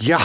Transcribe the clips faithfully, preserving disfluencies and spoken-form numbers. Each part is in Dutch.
Ja,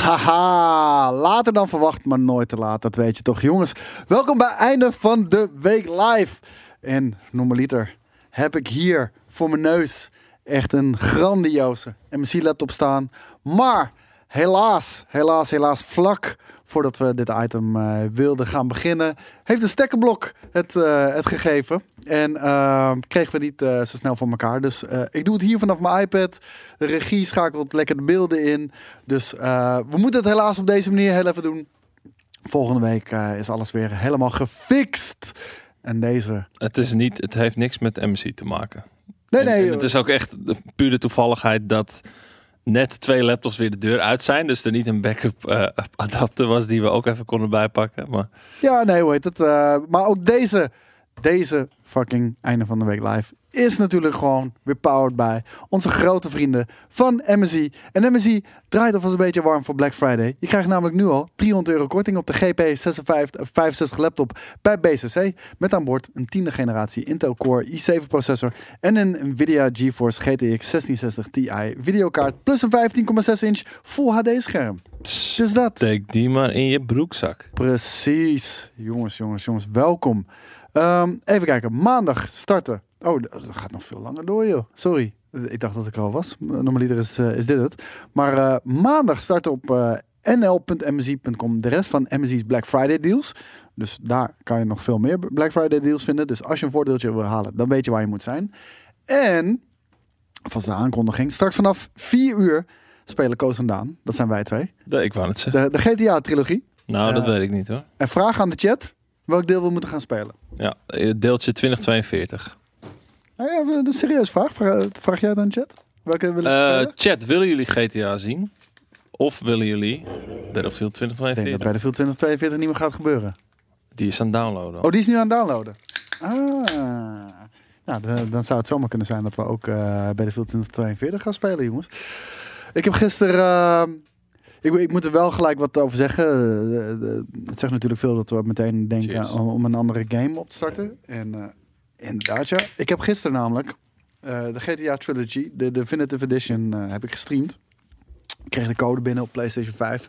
haha. Later dan verwacht, maar nooit te laat. Dat weet je toch, jongens. Welkom bij einde van de week live. En normaliter heb ik hier voor mijn neus echt een grandioze M S I-laptop staan. Maar helaas, helaas, helaas, vlak voordat we dit item uh, wilden gaan beginnen, heeft de stekkerblok het, uh, het gegeven. En uh, kregen we niet uh, zo snel voor elkaar. Dus uh, ik doe het hier vanaf mijn iPad. De regie schakelt lekker de beelden in. Dus uh, we moeten het helaas op deze manier heel even doen. Volgende week uh, is alles weer helemaal gefixt. En deze... Het is niet, het heeft niks met M S I te maken. Nee, en, nee. En het is ook echt puur de toevalligheid dat net twee laptops weer de deur uit zijn. Dus er niet een backup uh, adapter was die we ook even konden bijpakken. Maar... Ja, nee, hoe heet het? Uh, maar ook deze, deze fucking einde van de week live is natuurlijk gewoon weer powered by onze grote vrienden van M S I. En M S I draait alvast een beetje warm voor Black Friday. Je krijgt namelijk nu al driehonderd euro korting op de G P vijfenzestig laptop bij B C C. Met aan boord een tiende generatie Intel Core i zeven processor en een Nvidia GeForce G T X zestien zestig Ti videokaart plus een vijftien komma zes inch Full H D scherm. Pss, Dus dat. Steek die maar in je broekzak. Precies. Jongens, jongens, jongens, welkom. Um, even kijken, maandag starten. Oh, dat gaat nog veel langer door, joh. Sorry, ik dacht dat ik er al was. Normaliter is, uh, is dit het. Maar uh, maandag starten op uh, n l punt m s i punt com de rest van M S I's Black Friday deals. Dus daar kan je nog veel meer Black Friday deals vinden. Dus als je een voordeeltje wil halen, dan weet je waar je moet zijn. En, vast de aankondiging, straks vanaf vier uur spelen Koos en Daan. Dat zijn wij twee. De, ik wou het zeggen. De, de G T A-trilogie. Nou, dat uh, weet ik niet hoor. En vraag aan de chat welk deel we moeten gaan spelen. Ja, deeltje twintig tweeënveertig. Nou ja, een serieus vraag. Vraag, vraag jij het aan de chat? Welke willen ze Uh, spelen? chat, willen jullie G T A zien? Of willen jullie Battlefield twintig Ik denk dat tweeënveertig? Battlefield twintig tweeënveertig niet meer gaat gebeuren. Die is aan het downloaden. Oh, die is nu aan het downloaden. Ah. Nou, de, dan zou het zomaar kunnen zijn dat we ook uh, Battlefield twintig tweeënveertig gaan spelen, jongens. Ik heb gisteren... Uh, ik, ik moet er wel gelijk wat over zeggen. Uh, uh, het zegt natuurlijk veel dat we meteen denken om, om een andere game op te starten. En uh, inderdaad, ja. Ik heb gisteren namelijk uh, de G T A Trilogy, de Definitive Edition, uh, heb ik gestreamd. Ik kreeg de code binnen op PlayStation vijf.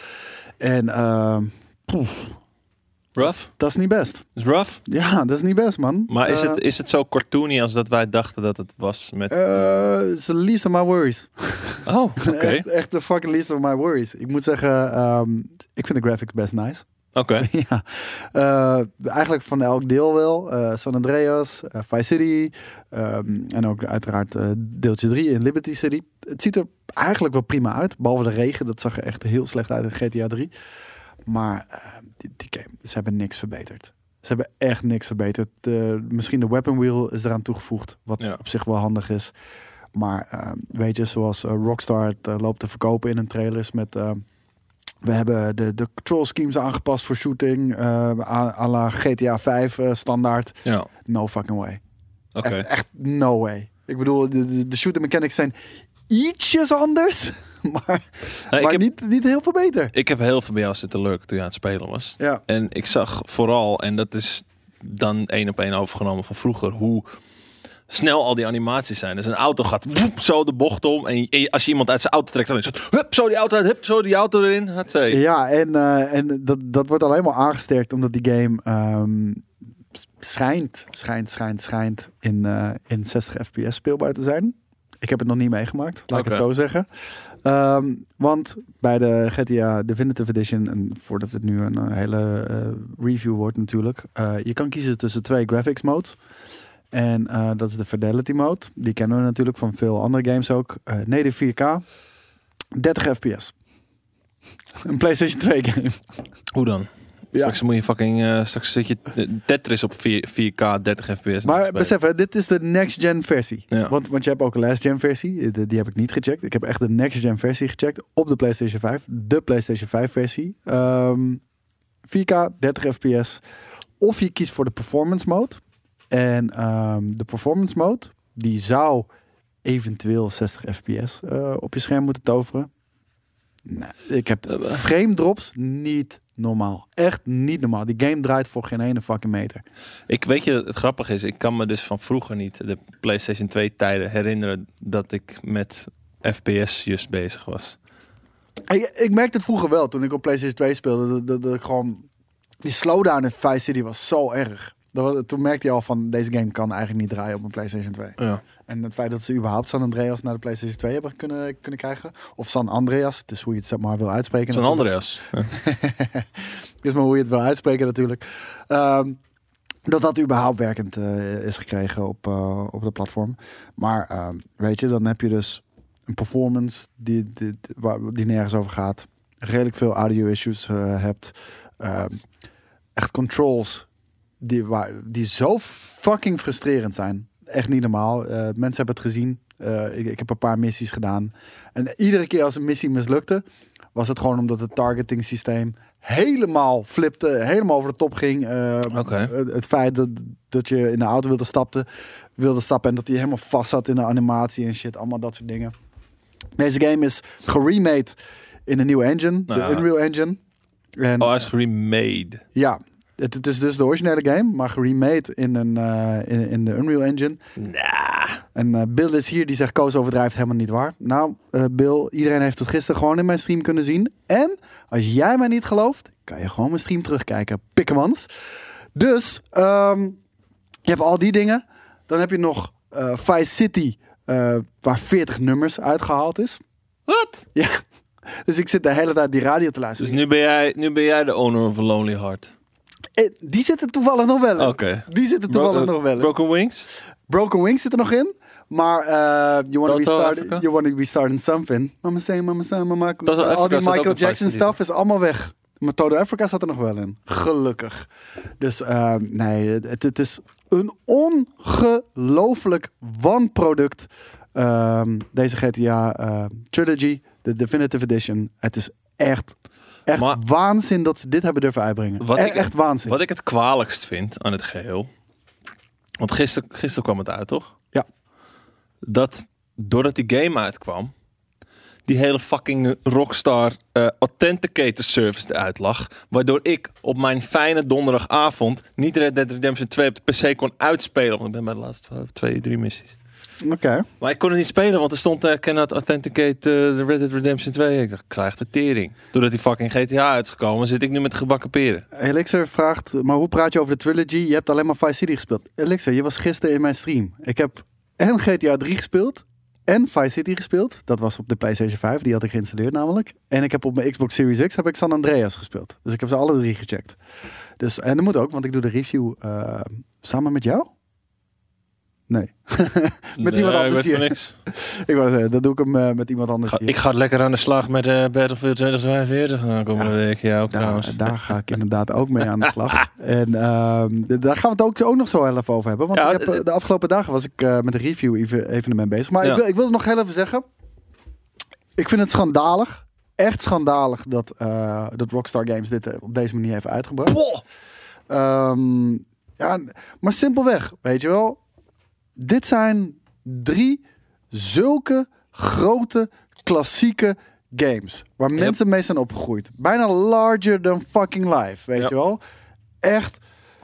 En uh, poef, Rough? dat is niet best. Is rough? Ja, dat is niet best, man. Maar is, Uh, het, is het zo cartoony als dat wij dachten dat het was? Met... Uh, it's the least of my worries. Oh, oké. Okay. echt, echt the fucking least of my worries. Ik moet zeggen, um, ik vind de graphics best nice. Oké. Okay. Ja. Uh, eigenlijk van elk deel wel. Uh, San Andreas, uh, Vice City. Um, en ook uiteraard uh, deeltje drie in Liberty City. Het ziet er eigenlijk wel prima uit. Behalve de regen. Dat zag er echt heel slecht uit in G T A drie. Maar uh, die, die game, ze hebben niks verbeterd. Ze hebben echt niks verbeterd. De, misschien de weapon wheel is eraan toegevoegd. Wat ja. op zich wel handig is. Maar uh, weet je, zoals uh, Rockstar het uh, loopt te verkopen in hun trailers met... Uh, we hebben de, de control schemes aangepast voor shooting. Uh, à la G T A vijf uh, standaard. Ja. No fucking way. Oké. Okay. Echt, echt no way. Ik bedoel, de, de, de shooting mechanics zijn ietsjes anders. Maar, nee, maar heb, niet, niet heel veel beter. Ik heb heel veel bij jou zitten lurken toen je aan het spelen was. Ja. En ik zag vooral, en dat is dan één op één overgenomen van vroeger, hoe snel al die animaties zijn. Dus een auto gaat woep, zo de bocht om. En, en als je iemand uit zijn auto trekt, dan is het hup, zo die auto uit, hup, zo die auto erin. Hatsé. Ja, en, uh, en dat, dat wordt alleen maar aangesterkt omdat die game um, schijnt, schijnt, schijnt, schijnt in, uh, in zestig F P S speelbaar te zijn. Ik heb het nog niet meegemaakt, laat okay. ik het zo zeggen. Um, want bij de G T A Definitive Edition, en voordat het nu een, een hele uh, review wordt natuurlijk, uh, je kan kiezen tussen twee graphics modes. En uh, dat is de Fidelity mode. Die kennen we natuurlijk van veel andere games ook. Uh, native vier K, dertig F P S. Een PlayStation twee game. Hoe dan? Ja. Straks moet je fucking uh, straks zit je Tetris op vier K dertig F P S. Maar besef, hè, dit is de next gen versie. Ja. Want, want je hebt ook een last gen versie. Die, die heb ik niet gecheckt. Ik heb echt de next gen versie gecheckt op de PlayStation vijf. De PlayStation vijf versie. Um, vier K dertig F P S. Of je kiest voor de performance mode. En um, de performance mode, die zou eventueel zestig F P S uh, op je scherm moeten toveren. Nee, ik heb uh, frame drops niet normaal. Echt niet normaal. Die game draait voor geen ene fucking meter. Ik weet je, het grappige is, ik kan me dus van vroeger niet de PlayStation twee tijden herinneren dat ik met F P S just bezig was. Ik, ik merkte het vroeger wel, toen ik op PlayStation twee speelde, dat, dat, dat ik gewoon... Die slowdown in Vice City was zo erg. Dat was, toen merkte je al van, deze game kan eigenlijk niet draaien op een PlayStation twee. Ja. En het feit dat ze überhaupt San Andreas naar de PlayStation twee hebben kunnen, kunnen krijgen. Of San Andreas, het is hoe je het zeg maar wil uitspreken. San Andreas. Ja. Het is maar hoe je het wil uitspreken natuurlijk. Um, dat dat überhaupt werkend uh, is gekregen op, uh, op de platform. Maar uh, weet je, dan heb je dus een performance die, die, die, die nergens over gaat. Redelijk veel audio issues uh, hebt. Uh, echt controls die, waar, die zo fucking frustrerend zijn. Echt niet normaal. Uh, mensen hebben het gezien. Uh, ik, ik heb een paar missies gedaan. En iedere keer als een missie mislukte, was het gewoon omdat het targeting systeem helemaal flipte, helemaal over de top ging. Uh, Okay. het, het feit dat, dat je in de auto wilde stappen, wilde stappen en dat hij helemaal vast zat in de animatie en shit. Allemaal dat soort dingen. Deze game is geremade in een nieuwe engine. Nou, de Unreal Engine. En, Oh, hij is remade. ja, het, het is dus de originele game, maar geremade in, een, uh, in, in de Unreal Engine. Nah. En uh, Bill is hier, die zegt Koos overdrijft, helemaal niet waar. Nou, uh, Bill, iedereen heeft het gisteren gewoon in mijn stream kunnen zien. En als jij mij niet gelooft, kan je gewoon mijn stream terugkijken. Pikkemans. Dus, um, je hebt al die dingen. Dan heb je nog uh, Vice City, uh, waar veertig nummers uitgehaald is. Wat? Ja, dus ik zit de hele tijd die radio te luisteren. Dus nu ben jij, nu ben jij de owner of a Lonely Heart. Eh, die zitten toevallig nog wel in. Oké. Okay. Die zitten toevallig Bro- nog wel in. Broken Wings? Broken Wings zit er nog in. Maar uh, you wanna be Toto start, Africa? you wanna be starting something. Mama say, mama say, mama. Toto Al Africa die zat ook Michael in Jackson Vice City. stuff is allemaal weg. Maar Toto Africa zat er nog wel in. Gelukkig. Dus uh, nee, het, het is een ongelooflijk wanproduct. Uh, deze G T A uh, Trilogy, de Definitive Edition. Het is echt, echt Maar- waanzin dat ze dit hebben durven uitbrengen. Wat E- ik- echt waanzin. Wat ik het kwalijkst vind aan het geheel. Want gisteren, gisteren kwam het uit, toch? Ja. Dat doordat die game uitkwam, die hele fucking Rockstar uh, Authenticator service eruit lag. Waardoor ik op mijn fijne donderdagavond niet Red Dead Redemption twee op de P C kon uitspelen. Want ik ben bij de laatste twee, drie missies. Oké. Maar ik kon het niet spelen, want er stond uh, cannot authenticate uh, de Red Dead Redemption twee. Ik dacht, ik krijg de tering. Doordat die fucking G T A uitgekomen, zit ik nu met gebakken peren. Elixir vraagt, maar hoe praat je over de trilogy? Je hebt alleen maar Vice City gespeeld. Elixir, je was gisteren in mijn stream. Ik heb en G T A drie gespeeld en Vice City gespeeld. Dat was op de PlayStation vijf, die had ik geïnstalleerd namelijk. En ik heb op mijn Xbox Series X heb ik San Andreas gespeeld. Dus ik heb ze alle drie gecheckt. Dus, en dat moet ook, want ik doe de review uh, samen met jou? Nee. met iemand Nee, anders ik weet hier. van niks. Ik wou zeggen, dat doe ik hem uh, met iemand anders Ga- hier. ik ga lekker aan de slag met uh, Battlefield twintig vijfenveertig uh, komende week. Ja, ook trouwens. Daar, daar ga ik inderdaad ook mee aan de slag. En ehm, d- daar gaan we het ook, ook nog zo heel even over hebben. Want Ja, ik heb, eh, de afgelopen dagen was ik uh, met een review even, evenement bezig. Maar Ja. ik, wil, ik wil het nog heel even zeggen. Ik vind het schandalig. Echt schandalig dat, uh, dat Rockstar Games dit uh, op deze manier heeft uitgebracht. Poh! Ehm, ja, maar simpelweg, weet je wel. Dit zijn drie zulke grote, klassieke games. Waar Yep. mensen mee zijn opgegroeid. Bijna larger than fucking life, weet Ja. je wel. Echt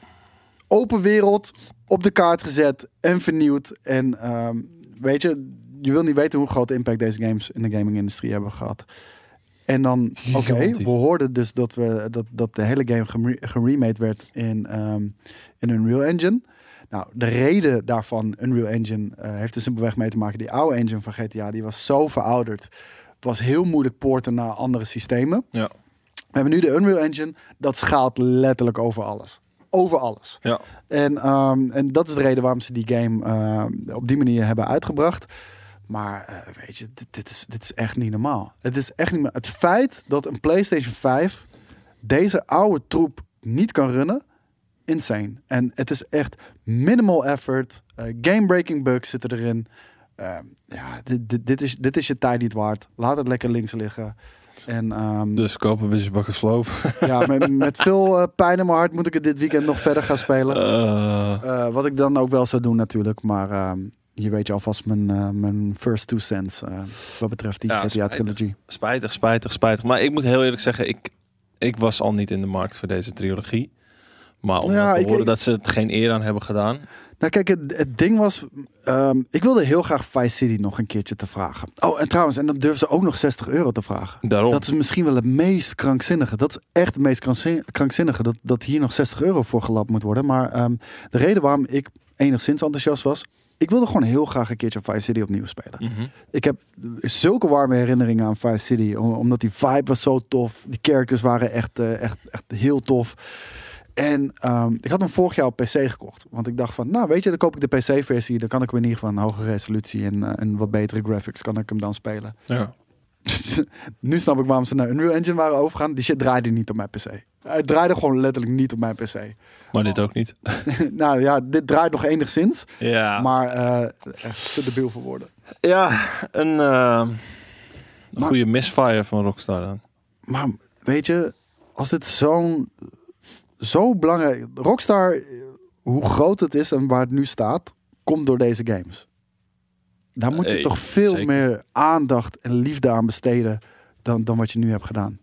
open wereld op de kaart gezet en vernieuwd. En ehm, weet je, je wil niet weten hoe groot de impact deze games in de gaming-industrie hebben gehad. En dan, oké, Gigantisch. we hoorden dus dat, we, dat, dat de hele game gere- geremade werd in, ehm, in Unreal Engine. Nou, de reden daarvan, Unreal Engine, uh, heeft er simpelweg mee te maken. Die oude engine van G T A, die was zo verouderd. Het was heel moeilijk poorten naar andere systemen. Ja. We hebben nu de Unreal Engine, dat schaalt letterlijk over alles. Over alles. Ja. En, ehm, en dat is de reden waarom ze die game uh, op die manier hebben uitgebracht. Maar uh, weet je, dit, dit, is, dit is echt niet normaal. Het is echt niet meer. Het feit dat een PlayStation vijf deze oude troep niet kan runnen, insane. En het is echt minimal effort. Uh, game-breaking bugs zitten erin. Uh, ja, dit, dit, dit, is, dit is je tijd niet waard. Laat het lekker links liggen. En, um, Dus koop een beetje bakken sloop. ja, met, met veel uh, pijn in mijn hart moet ik het dit weekend nog verder gaan spelen. Uh, Uh, wat ik dan ook wel zou doen natuurlijk. Maar uh, hier weet je alvast mijn, uh, mijn first two cents. Uh, wat betreft die Ja, G T A spijtig. trilogy. spijtig, spijtig, spijtig. Maar ik moet heel eerlijk zeggen, ik, ik was al niet in de markt voor deze trilogie. Maar om Ja, te ik- horen ik- dat ze het geen eer aan hebben gedaan. Nou kijk, het, het ding was... Um, ik wilde heel graag Vice City nog een keertje te vragen. Oh, en trouwens, en dan durven ze ook nog zestig euro te vragen. Daarom. Dat is misschien wel het meest krankzinnige. Dat is echt het meest krankzin- krankzinnige. Dat, dat hier nog zestig euro voor gelapt moet worden. Maar um, de reden waarom ik enigszins enthousiast was... Ik wilde gewoon heel graag een keertje Vice City opnieuw spelen. Mm-hmm. Ik heb zulke warme herinneringen aan Vice City. Omdat die vibe was zo tof. Die characters waren echt, uh, echt, echt heel tof. En um, ik had hem vorig jaar op P C gekocht. Want ik dacht van, nou weet je, dan koop ik de P C-versie. Dan kan ik hem in ieder geval een hogere resolutie en, uh, en wat betere graphics. Kan ik hem dan spelen. Ja. Nu snap ik waarom ze naar Unreal Engine waren overgegaan. Die shit draaide niet op mijn P C. Het draaide gewoon letterlijk niet op mijn P C. Maar dit ook niet. Nou ja, dit draait nog enigszins. Ja. Maar uh, echt te debiel voor woorden. Ja, een, uh, een maar, goede misfire van Rockstar dan. Maar weet je, als dit zo'n... Zo belangrijk... Rockstar, hoe groot het is en waar het nu staat, komt door deze games. Daar moet je hey, toch veel zeker. meer aandacht en liefde aan besteden dan, dan wat je nu hebt gedaan.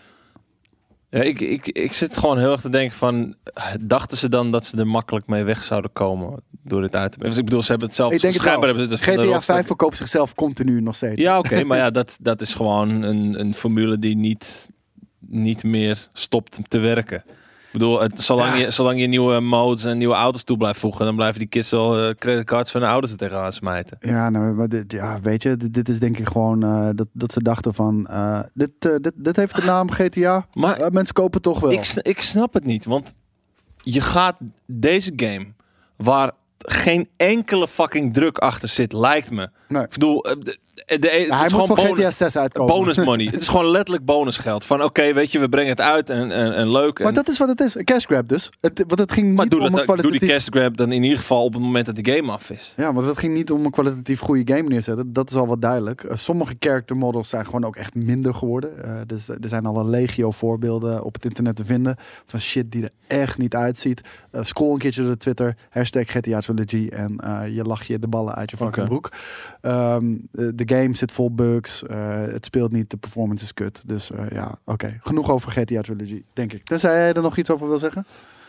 Ja, ik, ik, ik zit gewoon heel erg te denken van... Dachten ze dan dat ze er makkelijk mee weg zouden komen door dit uit te brengen? Dus ik bedoel, ze hebben het zelf... Ik denk het wel. Hebben ze G T A vijf verkoopt zichzelf continu nog steeds. Ja, oké. Okay, maar ja, dat, dat is gewoon een, een formule die niet, niet meer stopt te werken. Ik bedoel, het, zolang, Ja. je, zolang je nieuwe modes en nieuwe auto's toe blijft voegen... dan blijven die kids wel uh, creditcards van de ouders er tegenaan smijten. Ja, nou, maar dit, ja, weet je, dit, dit is denk ik gewoon uh, dat, dat ze dachten van... Uh, dit, uh, dit, dit heeft de naam G T A, Maar uh, mensen kopen toch wel. Ik, ik snap het niet, want je gaat deze game... waar geen enkele fucking druk achter zit, lijkt me. Nee. Ik bedoel, de, de, de, het Ja, hij is moet gewoon voor bonus, G T A zes uitkomen. bonus money. Het is gewoon letterlijk bonusgeld. Van oké, okay, weet je, we brengen het uit en, en, en leuk. En, Maar dat is wat het is, een cash grab dus. Het, want het ging maar niet doe, om een dat, doe kwalitatief... die cash grab dan in ieder geval op het moment dat de game af is. Ja, want het ging niet om een kwalitatief goede game neerzetten. Dat is al wat duidelijk. Uh, sommige character models zijn gewoon ook echt minder geworden. Uh, dus er zijn al een legio voorbeelden op het internet te vinden van shit die er echt niet uitziet. Uh, scroll een keertje door de Twitter, hashtag G T A Trilogy en uh, je lacht je de ballen uit je fucking Okay. broek. Um, de game zit vol bugs. Uh, het speelt niet, de performance is kut. Dus uh, ja, oké. Okay. Genoeg over G T A Trilogy, denk ik. Tenzij jij er nog iets over wil zeggen?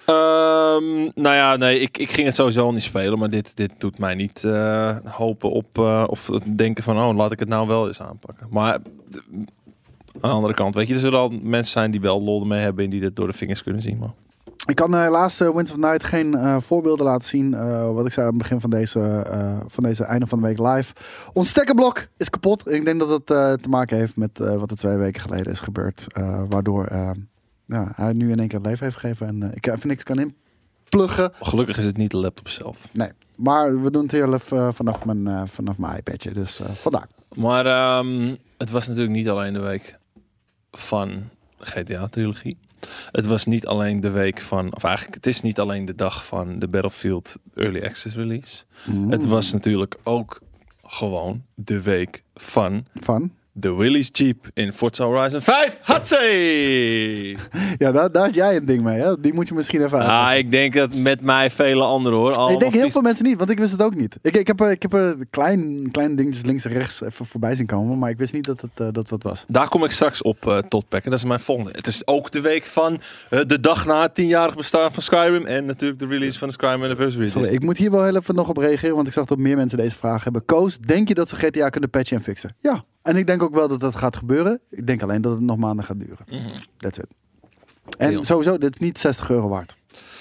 Um, nou ja, nee, ik, ik ging het sowieso al niet spelen, maar dit, dit doet mij niet uh, hopen op uh, of denken van, oh, laat ik het nou wel eens aanpakken. Maar d- aan de andere kant, weet je, er zullen al mensen zijn die wel lol ermee hebben en die dit door de vingers kunnen zien. Maar Ik kan helaas uh, Winds of Night geen uh, voorbeelden laten zien. Uh, wat ik zei aan het begin van deze, uh, van deze einde van de week live. Ons stekkerblok is kapot. Ik denk dat het uh, te maken heeft met uh, wat er twee weken geleden is gebeurd. Uh, waardoor uh, ja, hij nu in één keer het leven heeft gegeven. En uh, ik even niks kan inpluggen. gelukkig is het niet de laptop zelf. Nee, maar we doen het heel even uh, vanaf, mijn, uh, vanaf mijn iPadje. Dus uh, vandaar. Maar um, het was natuurlijk niet alleen de week van de G T A-trilogie. Het was niet alleen de week van, of eigenlijk het is niet alleen de dag van de Battlefield Early Access Release. Mm. Het was natuurlijk ook gewoon de week van Van? de Willys Jeep in Forza Horizon vijf. Hatsé! Ja, daar, daar had jij een ding mee. Hè? Die moet je misschien even uitleggen. Ah, ik denk dat met mij vele anderen hoor. Allemaal Ik denk heel vies- veel mensen niet, want ik wist het ook niet. Ik, ik heb er, ik heb er klein, klein dingetjes links en rechts even voorbij zien komen, maar ik wist niet dat het uh, dat wat was. Daar kom ik straks op uh, tot pakken. Dat is mijn volgende. Het is ook de week van uh, de dag na het tienjarig bestaan van Skyrim. En natuurlijk de release van de Skyrim Anniversary. Sorry, Dus- ik moet hier wel heel even nog op reageren, want ik zag dat meer mensen deze vraag hebben. Koos, denk je dat ze G T A kunnen patchen en fixen? Ja, en ik denk ook wel dat dat gaat gebeuren. Ik denk alleen dat het nog maanden gaat duren. Mhm. That's it. En Deal. sowieso, dit is niet zestig euro waard.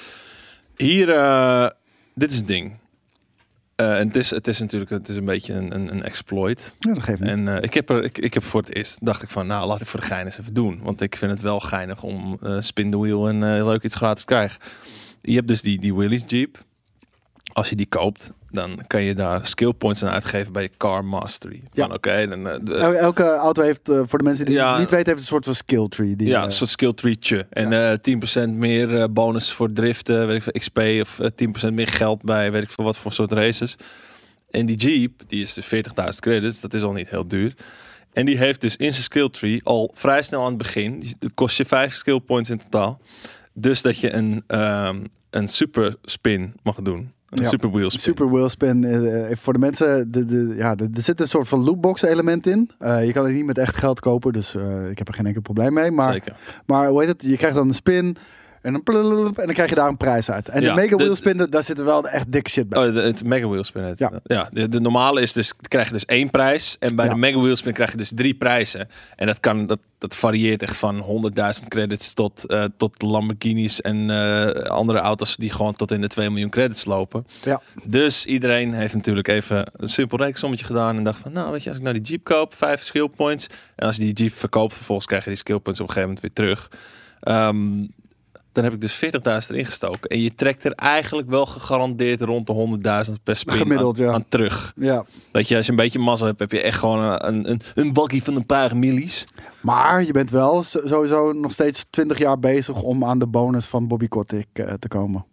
Hier, uh, dit is het ding. Uh, en het is, het is natuurlijk het is een beetje een, een, een exploit. Ja, dat geeft niet. En uh, ik, heb er, ik, ik heb voor het eerst, dacht ik van, nou laat ik voor de gein eens even doen. Want ik vind het wel geinig om uh, spin the wheel en uh, leuk iets gratis te krijgen. Je hebt dus die, die Willys Jeep. Als je die koopt, dan kan je daar skill points aan uitgeven bij je Car Mastery. Ja. Van oké, okay, dan... Uh, de- El- Elke auto heeft, uh, voor de mensen die Ja. het niet weten, heeft een soort van skill tree. Die, ja, uh, een soort skill treetje. En Ja. uh, tien procent meer uh, bonus voor driften, weet ik veel, X P of uh, tien procent meer geld bij weet ik veel wat voor soort races. En die Jeep, die is dus veertigduizend credits, dat is al niet heel duur. En die heeft dus in zijn skill tree al vrij snel aan het begin, die- het kost je vijf skill points in totaal. Dus dat je een, um, een super spin mag doen. Een Ja. super wheel spin. Super wheelspin. Uh, voor de mensen, de, de, ja, de, er zit een soort van lootbox element in. Uh, je kan het niet met echt geld kopen, dus uh, ik heb er geen enkel probleem mee. Maar, Zeker. maar hoe heet het? Je krijgt dan een spin. En dan, plululup, en dan krijg je daar een prijs uit. En Ja, de mega de- wheelspin, daar zit er wel echt dikke shit bij. Oh, de- het Mega Wheelspin. heet Ja. het. ja de, de normale is dus, krijg je dus één prijs. En bij Ja. de Mega Wheelspin krijg je dus drie prijzen. En dat, kan, dat, dat varieert echt van honderdduizend credits tot, eh, tot Lamborghinis en eh, andere auto's die gewoon tot in de twee miljoen credits lopen. Ja. Dus iedereen heeft natuurlijk even een simpel rekensommetje gedaan en dacht van, nou weet je, als ik nou die Jeep koop, vijf skill points. En als je die Jeep verkoopt, vervolgens krijg je die skill points op een gegeven moment weer terug. Ehm, dan heb ik dus veertigduizend erin gestoken. En je trekt er eigenlijk wel gegarandeerd rond de honderdduizend per spin Gemiddeld, aan, ja. aan terug. Ja. Weet je, als je een beetje mazzel hebt, heb je echt gewoon een, een, een waggie van een paar millies. Maar je bent wel s- sowieso nog steeds twintig jaar bezig om aan de bonus van Bobby Kotick eh, te komen.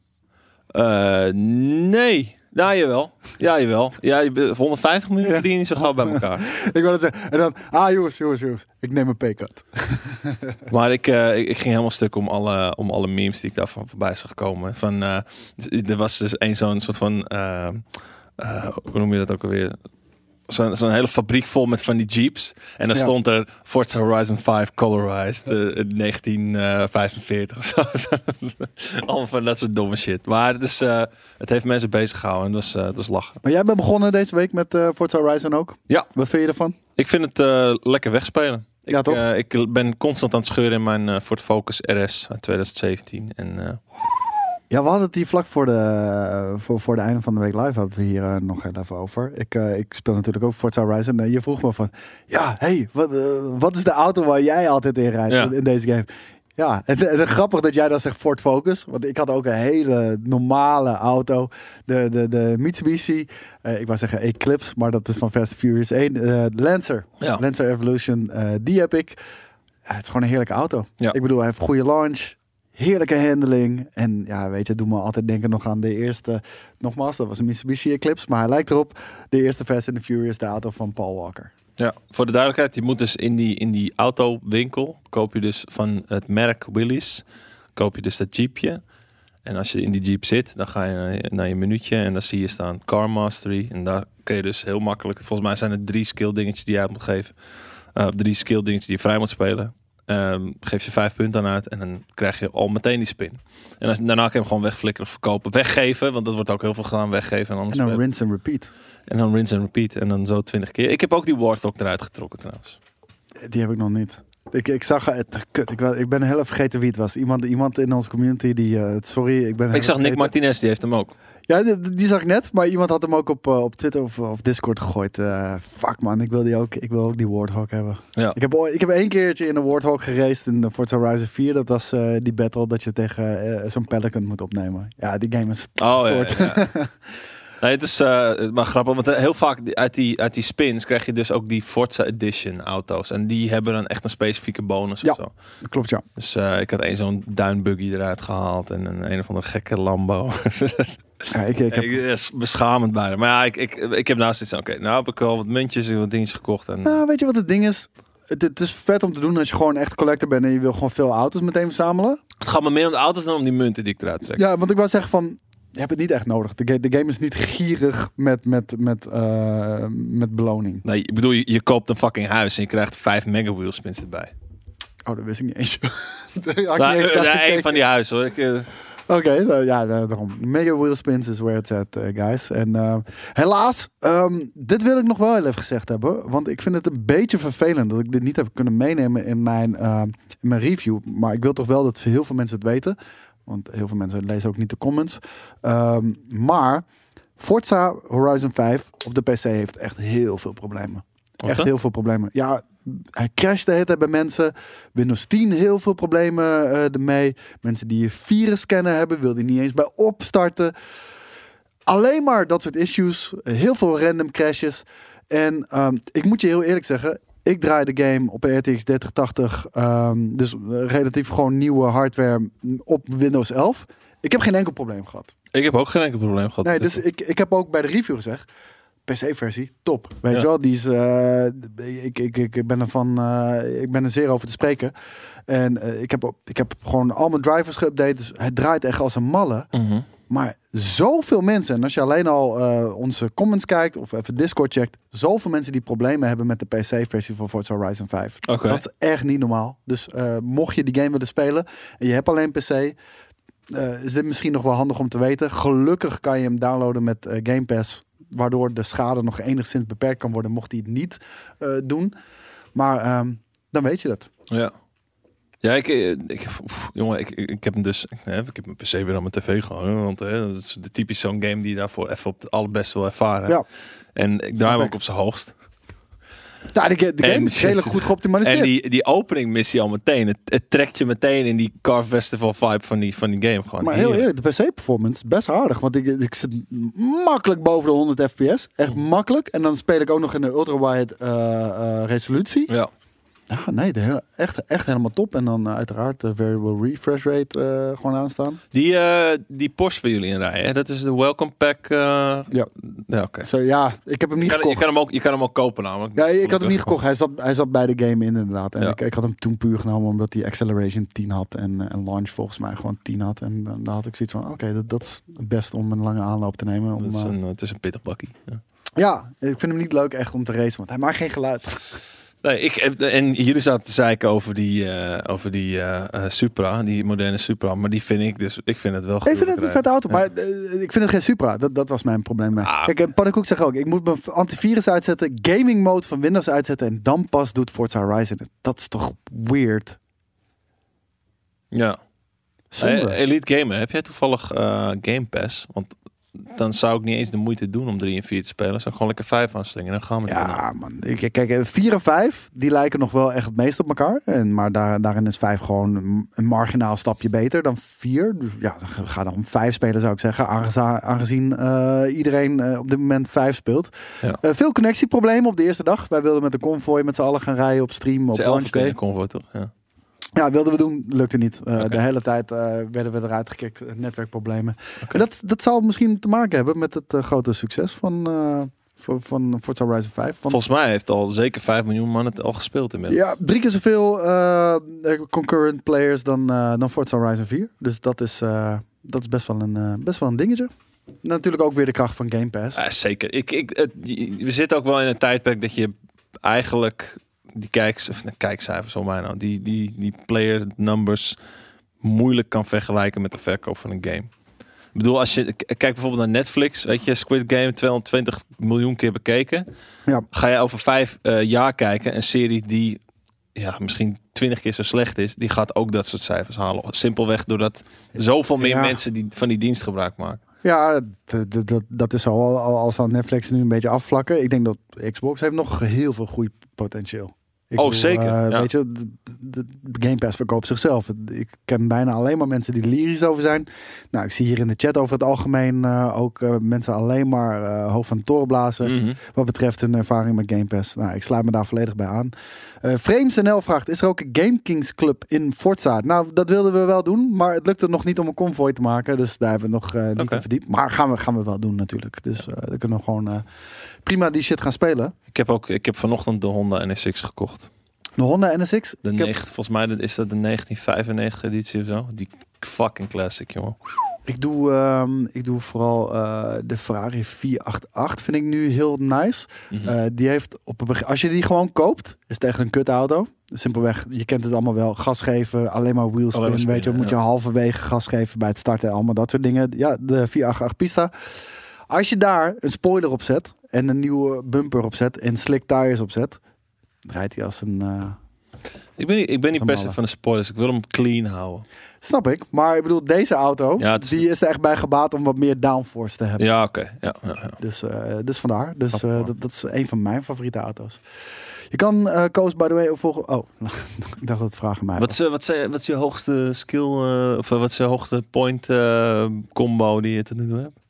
Uh, nee. Ja, jawel. Ja, jawel. Ja, je bent- honderdvijftig miljoen Ja. verdien je niet zo gauw bij elkaar. Ik wil het zeggen. En dan, ah jongens, jongens, jongens. Ik neem een paycut. Maar ik, uh, ik, ik ging helemaal stuk om alle, om alle memes die ik daarvan voorbij zag komen. Van, uh, er was dus één zo'n soort van, uh, uh, hoe noem je dat ook alweer? Zo'n zo'n hele fabriek vol met van die jeeps. En dan Ja. stond er Forza Horizon vijf Colorized uh, negentien vijfenveertig of zo. Allemaal van dat soort domme shit. Maar het, is, uh, het heeft mensen bezig gehouden en dat is, uh, dat is lachen. Maar jij bent begonnen deze week met uh, Forza Horizon ook. Ja. Wat vind je ervan? Ik vind het uh, lekker wegspelen. Ik, Ja, toch? uh, ik ben constant aan het scheuren in mijn uh, Ford Focus R S uit twintig zeventien. En uh, Ja, we hadden het hier vlak voor de, voor, voor de einde van de week live hadden we hier uh, nog heel even over. Ik, uh, ik speel natuurlijk ook Forza Horizon. En je vroeg me van, ja, hey, wat, uh, wat is de auto waar jij altijd in rijdt Ja. in, in deze game? Ja, en, en grappig dat jij dan zegt Ford Focus. Want ik had ook een hele normale auto. De, de, de Mitsubishi, uh, ik wou zeggen Eclipse, maar dat is van Fast and Furious één. Uh, Lancer, Ja. Lancer Evolution, uh, die heb ik. Ja, het is gewoon een heerlijke auto. Ja. Ik bedoel, hij heeft goede launch. Heerlijke handling. En ja, weet je, doe me altijd denken nog aan de eerste. Nogmaals, dat was een Mitsubishi Eclipse. Maar hij lijkt erop. De eerste Fast and the Furious, de auto van Paul Walker. ja, voor de duidelijkheid, je moet dus in die, in die autowinkel, koop je dus van het merk Willys, koop je dus dat jeepje. En als je in die jeep zit, dan ga je naar je, naar je minuutje en dan zie je staan Car Mastery. En daar kun je dus heel makkelijk, volgens mij zijn het drie skill dingetjes die je uit moet geven. Uh, drie skill dingetjes die je vrij moet spelen. Um, geef je vijf punten aan uit en dan krijg je al meteen die spin. En als, daarna kun je hem gewoon wegflikkeren of verkopen. Weggeven, want dat wordt ook heel veel gedaan. Weggeven en anders En dan spelen. rinse and repeat. En dan rinse and repeat. En dan zo twintig keer. Ik heb ook die Warthog eruit getrokken trouwens. Die heb ik nog niet. Ik, ik zag het. Kut, ik, wa- ik ben heel even vergeten wie het was. Iemand, iemand in onze community die. Uh, sorry, ik ben. heel Ik zag Nick vergeten. Martinez, die heeft hem ook. Ja, die, die zag ik net. Maar iemand had hem ook op, uh, op Twitter of, of Discord gegooid. Uh, fuck man, ik wil, die ook, ik wil ook die Warthog hebben. Ja. Ik heb, ooit- ik heb één keertje in een Warthog geraced in de Forza Horizon vier. Dat was uh, die battle dat je tegen uh, zo'n Pelican moet opnemen. Ja, die game is Oh ja, gestoord. ja. Nee, het is uh, maar grappig, want heel vaak die- uit die, uit die spins krijg je dus ook die Forza Edition auto's. En die hebben dan echt een specifieke bonus Ja. of zo. Klopt, ja. Dus uh, ik had één zo'n duinbuggy eruit gehaald en een een of andere gekke Lambo. ja ik, ik heb, Ik, dat is beschamend bijna. Maar ja, ik, ik, ik heb naast iets. Oké, nou heb ik wel wat muntjes en wat dingetjes gekocht. En, nou, weet je wat het ding is? Het, het is vet om te doen als je gewoon echt collector bent en je wil gewoon veel auto's meteen verzamelen. het gaat me meer om de auto's dan om die munten die ik eruit trek. Ja, want ik wou zeggen van, je hebt het niet echt nodig. De, ga- de game is niet gierig met, met, met, uh, met beloning. Nee, ik bedoel, je, je koopt een fucking huis en je krijgt vijf mega wheelspins erbij. Oh, dat wist ik niet eens. Daar had ik Nou, niet eens uh, naar uh, gekeken. een van die huizen hoor. Ik, uh, Oké, nou, ja, nou, daarom. Mega wheel spins is where it's at, uh, guys. En uh, helaas, um, dit wil ik nog wel heel even gezegd hebben. Want ik vind het een beetje vervelend dat ik dit niet heb kunnen meenemen in mijn, uh, in mijn review. Maar ik wil toch wel dat heel veel mensen het weten. Want heel veel mensen lezen ook niet de comments. Um, maar Forza Horizon vijf op de P C heeft echt heel veel problemen. Wat Echt dan? heel veel problemen. Ja, hij crasht de hele tijd bij mensen. Windows tien heel veel problemen uh, ermee. Mensen die een virusscanner hebben, wil die niet eens bij opstarten. Alleen maar dat soort issues. Heel veel random crashes. En um, ik moet je heel eerlijk zeggen, ik draai de game op een R T X dertig tachtig. Um, dus relatief gewoon nieuwe hardware op Windows elf. Ik heb geen enkel probleem gehad. ik heb ook geen enkel probleem gehad. Nee, dus ik, ik heb ook bij de review gezegd, P C-versie, top. Weet Ja. je wel, die is, uh, ik, ik, ik ben er van, uh, ik ben er zeer over te spreken. En uh, ik, heb, ook- ik heb gewoon al mijn drivers geüpdate, dus het draait echt als een malle. Mhm. Maar zoveel mensen, en als je alleen al uh, onze comments kijkt of even Discord checkt, zoveel mensen die problemen hebben met de P C-versie van Forza Horizon vijf. Okay. Dat is echt niet normaal. Dus uh, mocht je die game willen spelen en je hebt alleen P C, uh, is dit misschien nog wel handig om te weten. Gelukkig kan je hem downloaden met uh, Game Pass, waardoor de schade nog enigszins beperkt kan worden, mocht hij het niet uh, doen. Maar um, dan weet je dat. Ja. Ja, ik, ik, oef, jongen, ik, ik, ik heb hem dus, ik, ik heb mijn P C weer aan mijn tv gehangen, want hè, dat is de typisch zo'n game die je daarvoor even op het allerbeste wil ervaren. Ja. En ik draai hem ook op zijn hoogst. Ja, de, de game en, is redelijk goed geoptimaliseerd. En die, die opening missie al meteen, het, het trekt je meteen in die Car Festival vibe van die, van die game. Gewoon maar heel eerlijk, de P C-performance is best aardig, want ik, ik zit makkelijk boven de honderd F P S. Echt mm. makkelijk. En dan speel ik ook nog in de ultra-wide uh, uh, resolutie. Ja. Ja, nee, de hele, echt, echt helemaal top. En dan uh, uiteraard de variable refresh rate uh, gewoon aanstaan. Die, uh, die Porsche voor jullie inrijden, hè? Dat is de welcome pack. Uh... Ja, ja oké. Okay. So, ja, ik heb hem niet je kan, gekocht. Je kan hem ook, je kan hem ook kopen namelijk. Ja, ik had hem niet gekocht. Hij zat, hij zat bij de game in inderdaad. En ja. ik, ik had hem toen puur genomen omdat hij acceleration tien had. En, en launch volgens mij gewoon tien had. En dan, dan had ik zoiets van, oké, okay, dat, dat is het best om een lange aanloop te nemen. Om, dat is een, uh... het is een pittig bakkie. Ja. ja, ik vind hem niet leuk echt om te racen, want hij maakt geen geluid. Nee, ik, en jullie zaten te zeiken over die, uh, over die uh, uh, Supra, die moderne Supra, maar die vind ik dus, ik vind het wel goed. Ik vind het een vette auto, ja. maar uh, ik vind het geen Supra. Dat, dat was mijn probleem mee. Ah. Kijk, Pannenkoek zegt ook, ik moet mijn antivirus uitzetten, gaming mode van Windows uitzetten en dan pas doet Forza Horizon het. Dat is toch weird? Ja. Hey, Elite Gamer, heb jij toevallig uh, Game Pass? Want dan zou ik niet eens de moeite doen om drie en vier te spelen. Dan zou ik gewoon lekker vijf aanslingen. Dan gaan we het Ja, man. Ik, kijk, vier en vijf, die lijken nog wel echt het meest op elkaar. En, maar daar, daarin is vijf gewoon een marginaal stapje beter dan vier. Dus ja, dan ga dan om vijf spelen, zou ik zeggen. Aangezien, aangezien uh, iedereen uh, op dit moment vijf speelt. Ja. Uh, veel connectieproblemen op de eerste dag. Wij wilden met de convoy met z'n allen gaan rijden op stream. Op launch day. Convoy, toch? Ja. Ja, wilden we doen, lukte niet. Uh, okay. De hele tijd uh, werden we eruit gekikt, netwerkproblemen. Okay. En dat, dat zal misschien te maken hebben met het uh, grote succes van, uh, van, van Forza Horizon vijf. Want, volgens mij heeft al zeker vijf miljoen man het al gespeeld inmiddels. Ja, drie keer zoveel uh, concurrent players dan, uh, dan Forza Horizon vier. Dus dat is, uh, dat is best, wel een, uh, best wel een dingetje. Natuurlijk ook weer de kracht van Game Pass. Ja, zeker. Ik, ik, het, we zitten ook wel in een tijdperk dat je eigenlijk die kijks, of, kijkcijfers, zo mij nou, die, die, die player numbers moeilijk kan vergelijken met de verkoop van een game. Ik bedoel, als je kijkt bijvoorbeeld naar Netflix, weet je, Squid Game tweehonderdtwintig miljoen keer bekeken. Ja. Ga je over vijf uh, jaar kijken, een serie die ja, misschien twintig keer zo slecht is, die gaat ook dat soort cijfers halen. Simpelweg doordat zoveel meer ja. mensen die van die dienst gebruik maken. Ja, dat, dat is al, als aan Netflix nu een beetje afvlakken. Ik denk dat Xbox heeft nog heel veel groeipotentieel. Ik oh, bedoel, zeker. Uh, ja. Weet je, de, de Game Pass verkoopt zichzelf. Ik ken bijna alleen maar mensen die lyrisch over zijn. Nou, ik zie hier in de chat over het algemeen uh, ook uh, mensen alleen maar uh, hoofd van de toren blazen. Mm-hmm. Wat betreft hun ervaring met Game Pass. Nou, ik sluit me daar volledig bij aan. Uh, Frames N L vraagt, is er ook een Game Kings Club in Forza? Nou, dat wilden we wel doen, maar het lukte nog niet om een convoy te maken. Dus daar hebben we nog uh, niet okay. in verdiept. Maar gaan we, gaan we wel doen natuurlijk. Dus uh, dan kunnen we gewoon uh, prima die shit gaan spelen. Ik heb ook, ik heb vanochtend de Honda N S X gekocht. De Honda N S X? De negen, heb... Volgens mij is dat de negentien vijfennegentig editie of zo. Die fucking classic, jongen. Ik doe, um, ik doe vooral uh, de Ferrari vierhonderdachtenachtig. Vind ik nu heel nice. Mm-hmm. Uh, die heeft op een, als je die gewoon koopt, is het echt een kut auto. Simpelweg, je kent het allemaal wel. Gas geven, alleen maar wheelspin. Alleen maar spinnen, weet je, moet ja. je halverwege gas geven bij het starten. Allemaal dat soort dingen. Ja, de vierhonderdachtenachtig Pista. Als je daar een spoiler op zet en een nieuwe bumper op zet en slick tires op zet, rijdt hij als een... Uh, ik ben niet, ik ben niet per se van de spoilers. Ik wil hem clean houden. Snap ik. Maar ik bedoel, deze auto, ja, is die is er echt bij gebaat om wat meer downforce te hebben. Ja, oké. Okay. Ja, ja, ja. Dus, uh, dus vandaar. Dus uh, dat, dat is een van mijn favoriete auto's. Je kan uh, Koos, by the way, volgen... Oh, ik dacht dat het vragen mij wat is, wat, is, wat is je hoogste skill, uh, of wat is je hoogste point uh, combo die je tot nu toe hebt?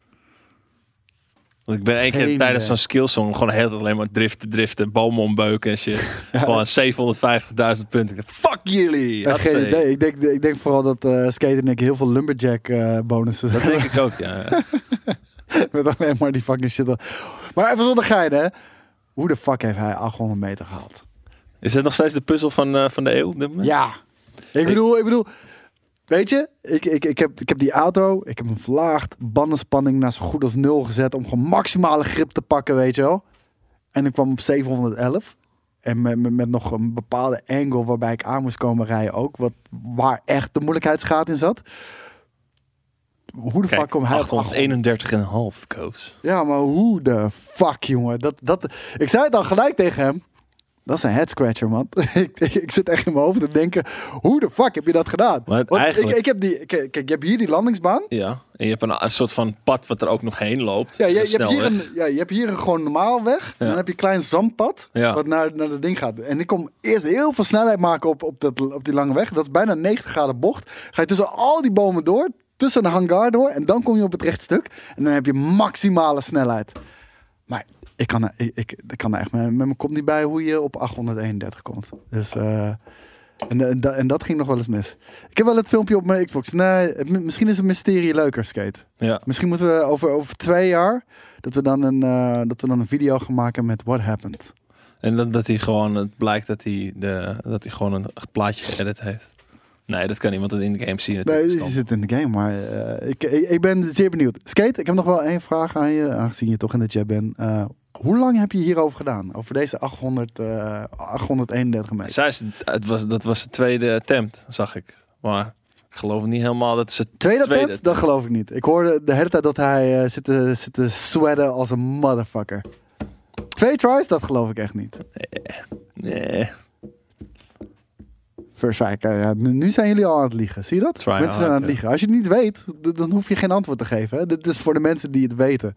Want ik ben één keer Geen tijdens zo'n skillsong gewoon heel alleen maar driften, driften, bomen ombeuken en shit. Ja. Gewoon zevenhonderdvijftigduizend punten. Fuck jullie! Ja, geen idee. Ik denk, ik denk vooral dat uh, Skater en ik heel veel lumberjack uh, bonussen Dat denk ik ook, ja. Met alleen maar die fucking shit. Maar even zonder gein, hè. Hoe de fuck heeft hij achthonderd meter gehaald? Is het nog steeds de puzzel van, uh, van de eeuw op dit moment? Ja. Ik bedoel, ik bedoel... weet je, ik, ik, ik, heb, ik heb die auto, ik heb hem verlaagd, bandenspanning naar zo goed als nul gezet om gewoon maximale grip te pakken, weet je wel. En ik kwam op zevenhonderdelf. En met, met, met nog een bepaalde angle waarbij ik aan moest komen rijden ook. Wat, waar echt de moeilijkheidsgraad in zat. Hoe de Kijk, fuck komt hij op achthonderdeenendertig komma vijf Koos. Ja, maar hoe de fuck, jongen. Dat, dat, ik zei het al gelijk tegen hem. Dat is een head scratcher, man. ik, ik, ik zit echt in mijn hoofd te denken, hoe de fuck heb je dat gedaan? Maar het Want eigenlijk... ik, ik heb die, kijk, kijk, je hebt hier die landingsbaan. Ja, en je hebt een, een soort van pad wat er ook nog heen loopt. Ja, je, je, Een hebt, hier snelweg. een, ja, je hebt hier een gewoon normaal weg. Ja. Dan heb je een klein zandpad Ja. wat naar, naar dat ding gaat. En ik kom eerst heel veel snelheid maken op, op, dat, op die lange weg. Dat is bijna negentig graden bocht. Ga je tussen al die bomen door, tussen de hangar door. En dan kom je op het rechtstuk. En dan heb je maximale snelheid. Maar ik kan er, ik, ik, ik kan er echt met, met mijn kop niet bij hoe je op achthonderdeenendertig komt. Dus... Uh, En, en, da- en dat ging nog wel eens mis. Ik heb wel het filmpje op mijn Xbox. Nee, het, misschien is een mysterie leuker, Skate. Ja. Misschien moeten we over, over twee jaar... Dat we, dan een, uh, dat we dan een video gaan maken met What Happened. En dat, dat hij gewoon, het blijkt dat hij, de, dat hij gewoon een plaatje geëdit heeft. Nee, dat kan niet, want het in de game zie je Nee, natuurlijk. die zit in de game, maar uh, ik, ik, ik ben zeer benieuwd. Skate, ik heb nog wel één vraag aan je, aangezien je toch in de chat bent. Uh, hoe lang heb je hierover gedaan? Over deze achthonderd, uh, achthonderdeenendertig meter? Zij is, het was, dat was de tweede attempt, zag ik. Maar ik geloof niet helemaal dat ze Tweede, tweede attempt? Dat geloof ik niet. Ik hoorde de hele tijd dat hij uh, zit, te, zit te sweaten als een motherfucker. Twee tries? Dat geloof ik echt niet. Nee, nee. Verzeiken. Ja, nu nu zijn jullie al aan het liegen. Zie je dat? Try mensen zijn aan hard, het ja. liegen. Als je het niet weet, d- dan hoef je geen antwoord te geven. Hè? Dit is voor de mensen die het weten.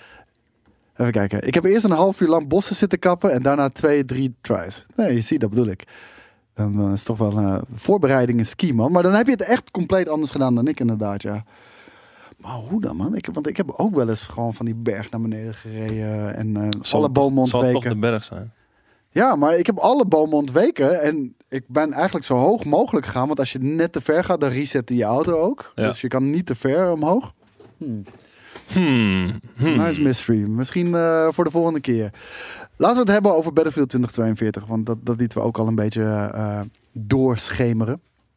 Even kijken. Ik heb eerst een half uur lang bossen zitten kappen en daarna twee, drie tries. Nee, je ziet, dat bedoel ik. Dan uh, is het toch wel een uh, voorbereiding in ski, man. Maar dan heb je het echt compleet anders gedaan dan ik inderdaad, ja. Maar hoe dan, man? Ik, want ik heb ook wel eens gewoon van die berg naar beneden gereden en uh, Zal alle het toch- bomen Zal het toch ontweken. de berg zijn? Ja, maar ik heb alle bomen ontweken en ik ben eigenlijk zo hoog mogelijk gegaan. Want als je net te ver gaat, dan reset je auto ook. Ja. Dus je kan niet te ver omhoog. Hmm. Hmm. hmm. Nice mystery. Misschien uh, voor de volgende keer. Laten we het hebben over Battlefield twintig tweeënveertig. Want dat, dat lieten we ook al een beetje uh, doorschemeren.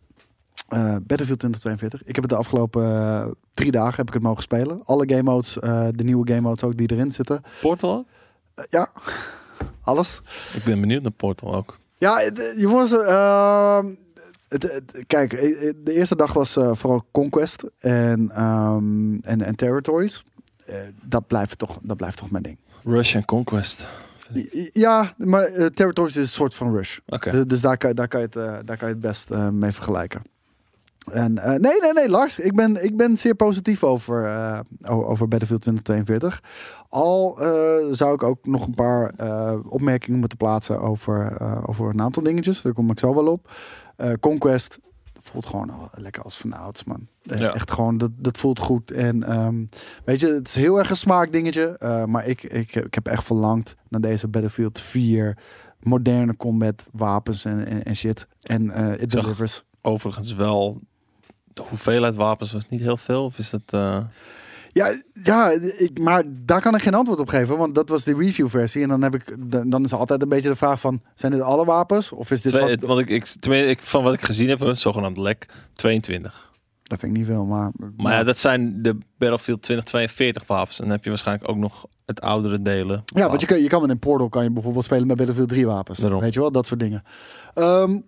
Uh, Battlefield twintig tweeënveertig. Ik heb het de afgelopen uh, drie dagen heb ik het mogen spelen. Alle game modes, uh, de nieuwe game modes ook die erin zitten. Portal? Uh, ja, alles. Ik ben benieuwd naar Portal ook. Ja, de- jongens, uh, het, het- kijk, eh, de eerste dag was uh, vooral Conquest en, um, en, en Territories. Uh, dat, blijft toch, dat blijft toch mijn ding. Rush en Conquest. I- Ja, maar uh, Territories is een soort van Rush. Oké. Du- Dus daar kan, daar, kan je het, uh, daar kan je het best uh, mee vergelijken. En, uh, nee, nee, nee, Lars. Ik ben, ik ben zeer positief over, uh, o- over Battlefield twintig tweeënveertig. Al uh, zou ik ook nog een paar uh, opmerkingen moeten plaatsen over, uh, over een aantal dingetjes. Daar kom ik zo wel op. Uh, Conquest voelt gewoon al lekker als vanouds, man. Eh, Ja. Echt gewoon, dat, dat voelt goed. En um, weet je, het is heel erg een smaakdingetje. Uh, maar ik, ik, ik heb echt verlangd naar deze Battlefield vier. Moderne combat, wapens en, en, en shit. En uh, it Zag- delivers. Overigens wel, de hoeveelheid wapens was niet heel veel. Of is dat... uh, Ja, ja ik, maar daar kan ik geen antwoord op geven, want dat was de review-versie. En dan heb ik, dan dan is altijd een beetje de vraag van, zijn dit alle wapens? Of is dit twee, wat? het- wat ik, ik, tenminste, ik, van wat ik gezien heb, een zogenaamd lek, tweeëntwintig. Dat vind ik niet veel, maar... Maar ja, dat zijn de Battlefield twintig tweeënveertig wapens. En dan heb je waarschijnlijk ook nog het oudere delen. Ja, want je kan, je kan met een Portal kan je bijvoorbeeld spelen met Battlefield drie wapens. Daarom. Weet je wel, dat soort dingen. Ehm,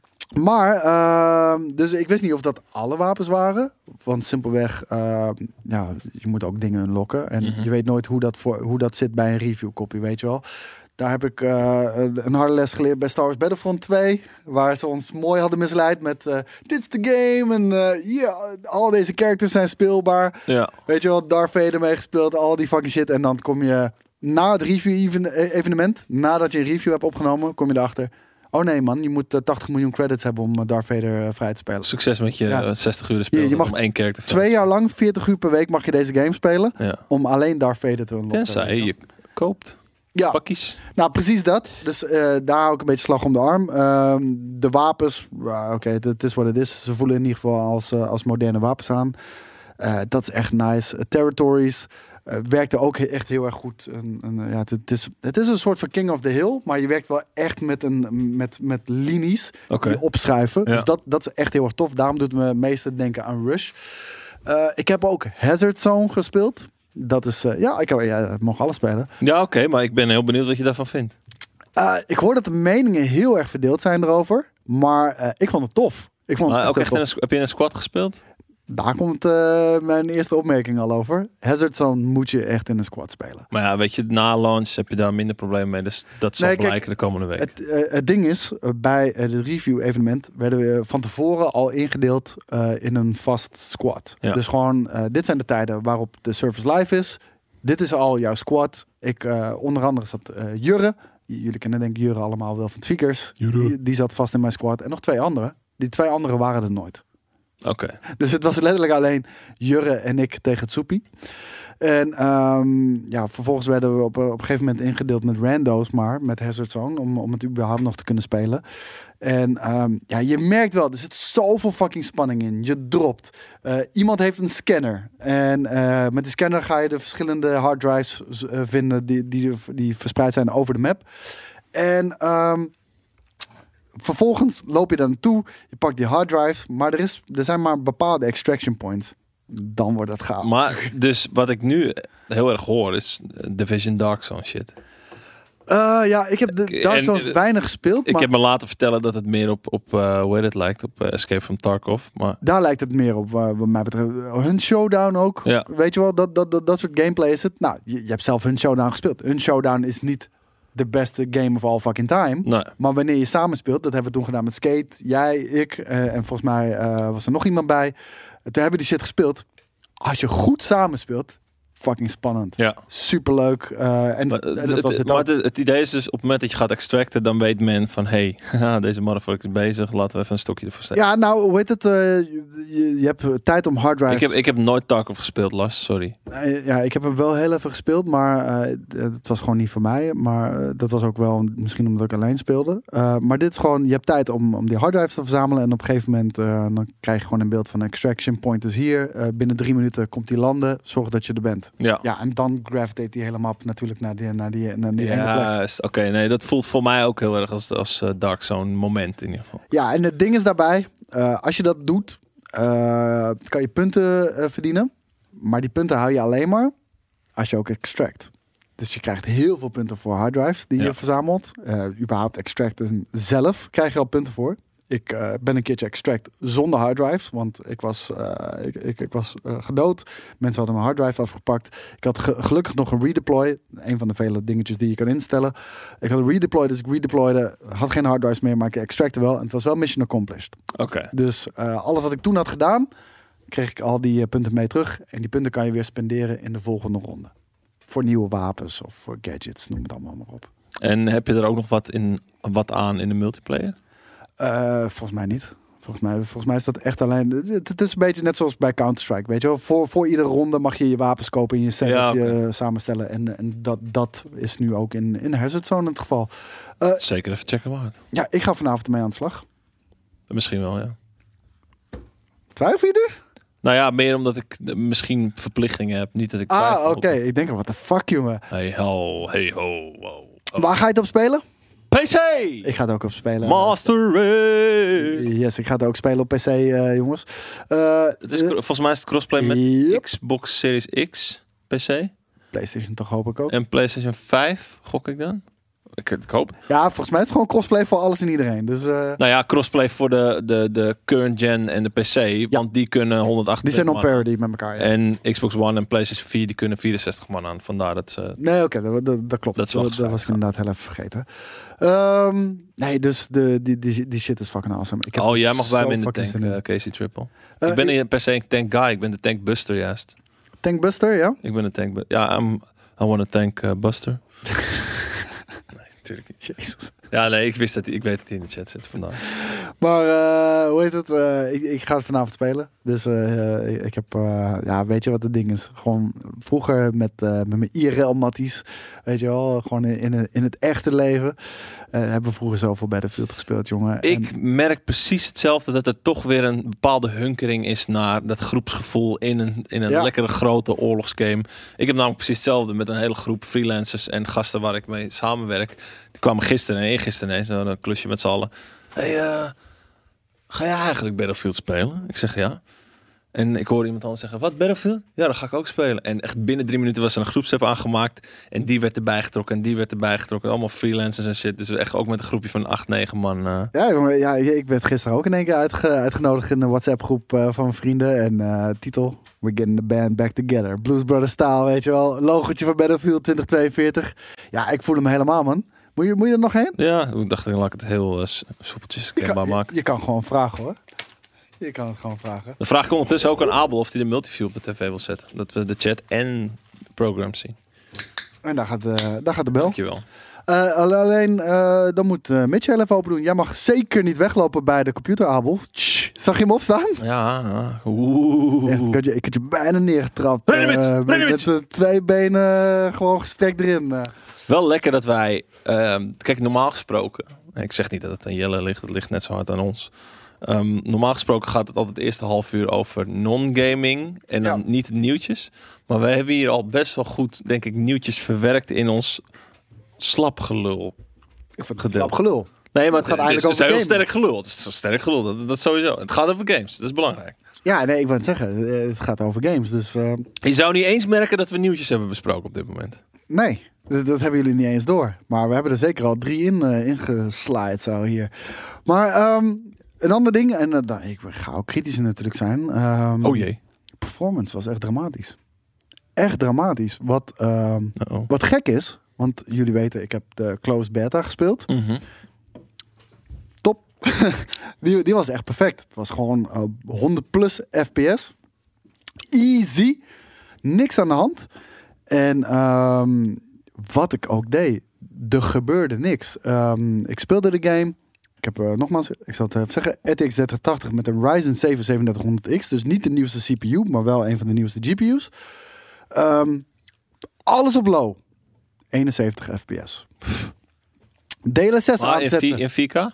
maar, ehm, dus ik wist niet of dat alle wapens waren. Want simpelweg, ehm, ja, je moet ook dingen unlocken. En Mhm. je weet nooit hoe dat, voor, hoe dat zit bij een review copy, weet je wel. Daar heb ik uh, een harde les geleerd bij Star Wars Battlefront twee. Waar ze ons mooi hadden misleid met... Uh, dit is de game en uh, yeah, al deze characters zijn speelbaar. Ja. Weet je wel, Darth Vader meegespeeld, al die fucking shit. En dan kom je na het review-evenement, nadat je een review hebt opgenomen, kom je erachter... Oh nee man, je moet uh, tachtig miljoen credits hebben om uh, Darth Vader uh, vrij te spelen. Succes met je Ja. uh, zestig uur spelen Je- je mag om één kerk te Twee jaar lang, veertig uur per week mag je deze game spelen. Ja. Om alleen Darth Vader te unlocken. Tenzij weet je je koopt wel. Ja, pakjes. nou precies dat. Dus uh, daar hou ik een beetje slag om de arm. Um, de wapens, uh, oké, okay, het is wat het is. Ze voelen in ieder geval als, uh, als moderne wapens aan. Uh, dat is echt nice. Uh, Territories uh, werkte ook he- echt heel erg goed. En, en, uh, ja, het, het, is, het is een soort van King of the Hill, maar je werkt wel echt met, een, met, met linies Oké. die opschuiven. Ja. Dus dat, dat is echt heel erg tof. Daarom doet het me het meeste denken aan Rush. Uh, ik heb ook Hazard Zone gespeeld. Dat is, uh, ja, ik heb, ja, ik mocht alles spelen. Ja, oké, maar ik ben heel benieuwd wat je daarvan vindt. Uh, ik hoor dat de meningen heel erg verdeeld zijn erover. Maar uh, ik vond het tof. Ik vond Maar het ook echt tof. in een, heb je in een squad gespeeld? Daar komt uh, mijn eerste opmerking al over. Hazard Zone moet je echt in een squad spelen. Maar ja, weet je, na launch heb je daar minder problemen mee. Dus dat zal Nee, kijk, blijken de komende week. Het, uh, het ding is, uh, bij het uh, review-evenement werden we van tevoren al ingedeeld uh, in een vast squad. Ja. Dus gewoon, uh, dit zijn de tijden waarop de service live is. Dit is al jouw squad. Ik, uh, onder andere zat uh, Jurre. J- Jullie kennen denk ik Jurre allemaal wel van Tweakers. Die, die zat vast in mijn squad. En nog twee anderen. Die twee anderen waren er nooit. Oké. Okay. Dus het was letterlijk alleen Jurre en ik tegen het soepie. En um, ja, vervolgens werden we op, op een gegeven moment ingedeeld met rando's, maar met Hazard Zone, om, om het überhaupt nog te kunnen spelen. En um, ja, je merkt wel, er zit zoveel fucking spanning in. Je dropt. Uh, iemand heeft een scanner. En uh, met die scanner ga je de verschillende harddrives uh, vinden die, die, die verspreid zijn over de map. En um, vervolgens loop je daar naartoe, je pakt die harddrives, maar er, is, er zijn maar bepaalde extraction points. Dan wordt het gaaf. Maar dus wat ik nu heel erg hoor is Division Dark Zone shit. Uh, ja, ik heb de Dark Zones en, weinig gespeeld. Ik maar heb me laten vertellen dat het meer op, op uh, hoe heet het lijkt, op uh, Escape from Tarkov. Maar daar lijkt het meer op, uh, wat mij betreft. Hun Showdown ook. Ja. Weet je wel, dat, dat, dat, dat soort gameplay is het. Nou, je, je hebt zelf Hun Showdown gespeeld. Hun Showdown is niet de beste game of all fucking time. nee. Maar wanneer je samen speelt, dat hebben we toen gedaan met Skate, jij, ik uh, en volgens mij uh, was er nog iemand bij. Toen hebben we die shit gespeeld. Als je goed samenspeelt, fucking spannend. Ja. Superleuk. Uh, en, Maar, en het, dat was het, dit maar ook. het, het idee is dus op het moment dat je gaat extracten, dan weet men van hey, haha, deze motherfucker is bezig, laten we even een stokje ervoor steken. Ja, nou, hoe heet het? Uh, je, je hebt tijd om harddrives. Ik heb, ik heb nooit Tarkov gespeeld, Lars, sorry. Uh, ja, ik heb hem wel heel even gespeeld, maar uh, het was gewoon niet voor mij. Maar uh, dat was ook wel misschien omdat ik alleen speelde. Uh, maar dit is gewoon, je hebt tijd om, om die harddrives te verzamelen. En op een gegeven moment uh, dan krijg je gewoon een beeld van extraction point is hier. Uh, binnen drie minuten komt die landen. Zorg dat je er bent. Ja. Ja, en dan gravitate die hele map natuurlijk naar die, naar die, naar die ene plek. Ja, oké, okay, nee, dat voelt voor mij ook heel erg als, als uh, Dark Zone moment in ieder geval. Ja, en het ding is daarbij, uh, als je dat doet, uh, kan je punten uh, verdienen. Maar die punten hou je alleen maar als je ook extract. Dus je krijgt heel veel punten voor harddrives die ja. je verzamelt. Uh, überhaupt extracten zelf krijg je al punten voor. Ik uh, ben een keertje extract zonder harddrives, want ik was, uh, ik, ik, ik was uh, gedood. Mensen hadden mijn harddive afgepakt. Ik had ge- gelukkig nog een redeploy. Een van de vele dingetjes die je kan instellen. Ik had een redeploy, dus ik redeployde. Had geen harddrives meer, maar ik extracte wel. En het was wel mission accomplished. Oké. Okay. Dus uh, alles wat ik toen had gedaan, kreeg ik al die uh, punten mee terug. En die punten kan je weer spenderen in de volgende ronde. Voor nieuwe wapens of voor gadgets, noem het allemaal maar op. En heb je er ook nog wat, in, wat aan in de multiplayer? Uh, volgens mij niet. Volgens mij, volgens mij is dat echt alleen... Het, het is een beetje net zoals bij Counter-Strike, weet je wel. Voor, voor iedere ronde mag je je wapens kopen en je setup ja, okay. je samenstellen. En, en dat, dat is nu ook in, in Hazard Zone het geval. Uh, Zeker even checken waard. Ja, ik ga vanavond ermee aan de slag. Misschien wel, ja. Twijfel je er? Nou ja, meer omdat ik misschien verplichtingen heb. Niet dat ik Ah, oké. Okay. Ik denk, wat de fuck, jongen. Hey ho, hey ho, wow. Oh. Waar ga je het op spelen? P C! Ik ga het ook op spelen. Master Race! Yes, ik ga het ook spelen op P C, uh, jongens. Uh, het is, uh, volgens mij is het crossplay met yep. Xbox Series X P C. PlayStation toch hoop ik ook. En PlayStation vijf, gok ik dan? Ik, ik hoop. Ja, volgens mij is het gewoon crossplay voor alles en iedereen. Dus, uh... Nou ja, crossplay voor de, de, de current gen en de P C. Ja. Want die kunnen honderdachtenveertig Die zijn on parity met elkaar. Ja. En Xbox One en PlayStation vier die kunnen vierenzestig man aan. Vandaar dat ze... Nee, oké, okay, dat, dat, dat klopt. Dat, is dat, dat was ik inderdaad heel even vergeten. Um, nee, dus de, die, die, die shit is fucking awesome. Ik heb oh, jij mag bij me in de tank, uh, Casey Triple. Uh, ik ben niet per se een tank guy. Ik ben de tankbuster juist. Tankbuster, ja? Ik ben een tank... Ja, I'm, I want a tank uh, buster. Nee, natuurlijk niet. Jezus. Ja, nee, ik wist dat hij, ik weet dat hij in de chat zit vandaag. Maar uh, hoe heet het? Uh, ik, ik ga het vanavond spelen. Dus uh, ik heb, uh, ja, weet je wat het ding is? Gewoon vroeger met, uh, met mijn I R L-matties, weet je wel, gewoon in, in, in het echte leven. Uh, hebben we vroeger zoveel Battlefield gespeeld, jongen. Ik en... merk precies hetzelfde, dat er toch weer een bepaalde hunkering is naar dat groepsgevoel in een, in een ja. lekkere grote oorlogsgame. Ik heb namelijk precies hetzelfde met een hele groep freelancers en gasten waar ik mee samenwerk. Die kwamen gisteren en eergisteren ineens, een klusje met z'n allen. Hey, uh, ga jij eigenlijk Battlefield spelen? Ik zeg ja. En ik hoor iemand anders zeggen, wat, Battlefield? Ja, dan ga ik ook spelen. En echt binnen drie minuten was er een groepsapp aangemaakt. En die werd erbij getrokken en die werd erbij getrokken. Allemaal freelancers en shit. Dus echt ook met een groepje van acht, negen man. Uh. Ja, jongen, ja, ik werd gisteren ook in één keer uitge uitgenodigd in de WhatsApp groep uh, van mijn vrienden. En uh, titel, we're getting the band back together. Blues Brothers style, weet je wel. Logotje van Battlefield twintig tweeënveertig. Ja, ik voel hem helemaal, man. Moet je, moet je er nog heen? Ja, ik dacht, laat ik het heel uh, soepeltjes kenbaar maken. Je, je kan gewoon vragen, hoor. Je kan het gewoon vragen. Dan vraag ik ondertussen ook aan Abel of hij de multiview op de tv wil zetten. Dat we de chat en de programs zien. En daar gaat, uh, daar gaat de bel. Dankjewel. Uh, alleen, uh, dan moet uh, Mitch heel even open doen. Jij mag zeker niet weglopen bij de computer, Abel. Tsch, zag je hem opstaan? Ja. Oeh. Echt, ik, had je, ik had je bijna neergetrapt. Uh, met met uh, twee benen uh, gewoon gestrekt erin. Uh. Wel lekker dat wij... Uh, kijk, normaal gesproken... Ik zeg niet dat het aan Jelle ligt. Het ligt net zo hard aan ons. Um, normaal gesproken gaat het altijd het eerste half uur over non-gaming. En dan ja. niet nieuwtjes. Maar we hebben hier al best wel goed, denk ik, nieuwtjes verwerkt in ons slap gelul. Ik vond het slap gelul. Nee, maar het, het gaat eigenlijk over heel sterk gelul. Het is sterk gelul, dat, dat sowieso. Het gaat over games, dat is belangrijk. Ja, nee, ik wou het zeggen. Het gaat over games, dus... Uh... Je zou niet eens merken dat we nieuwtjes hebben besproken op dit moment. Nee, dat, dat hebben jullie niet eens door. Maar we hebben er zeker al drie in uh, ingeslaaid zo hier. Maar... Um... Een ander ding, en uh, ik ga ook kritisch natuurlijk zijn. Um, oh jee. Performance was echt dramatisch. Echt dramatisch. Wat, um, wat gek is, want jullie weten, ik heb de closed beta gespeeld. Mm-hmm. Top. die, die was echt perfect. Het was gewoon uh, honderd plus F P S. Easy. Niks aan de hand. En um, wat ik ook deed, er gebeurde niks. Um, ik speelde de game. Ik heb uh, nogmaals, ik zal het even zeggen, R T X dertig tachtig met een Ryzen zeven zevenendertighonderd X. Dus niet de nieuwste C P U, maar wel een van de nieuwste G P U's. Um, alles op low. eenenzeventig F P S. D L S S maar aanzetten. In vier K? Uh,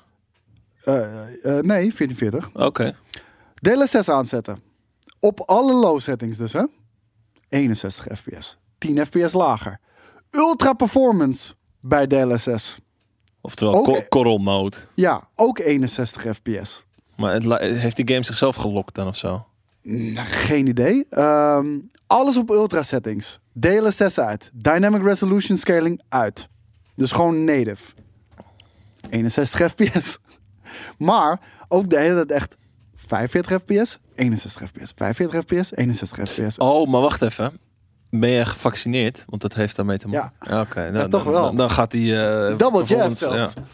uh, nee, veertien veertig. Oké. Okay. D L S S aanzetten. Op alle low settings dus, hè. eenenzestig F P S. tien F P S lager. Ultra performance bij D L S S. Oftewel ook, Coral mode. Ja, ook eenenzestig F P S. Maar het, heeft die game zichzelf gelokt dan of zo? Nou, geen idee. Um, alles op ultra settings. D L S S uit. Dynamic Resolution Scaling uit. Dus gewoon native. eenenzestig F P S. Maar ook de hele tijd echt vijfenveertig F P S, eenenzestig F P S, vijfenveertig F P S, eenenzestig F P S. Oh, maar wacht even. Ben je gevaccineerd? Want dat heeft daarmee te maken. Ja, ja oké. Okay. Nou, ja, toch dan, wel. Dan, dan gaat die... Uh, Double jab zelfs. Ja.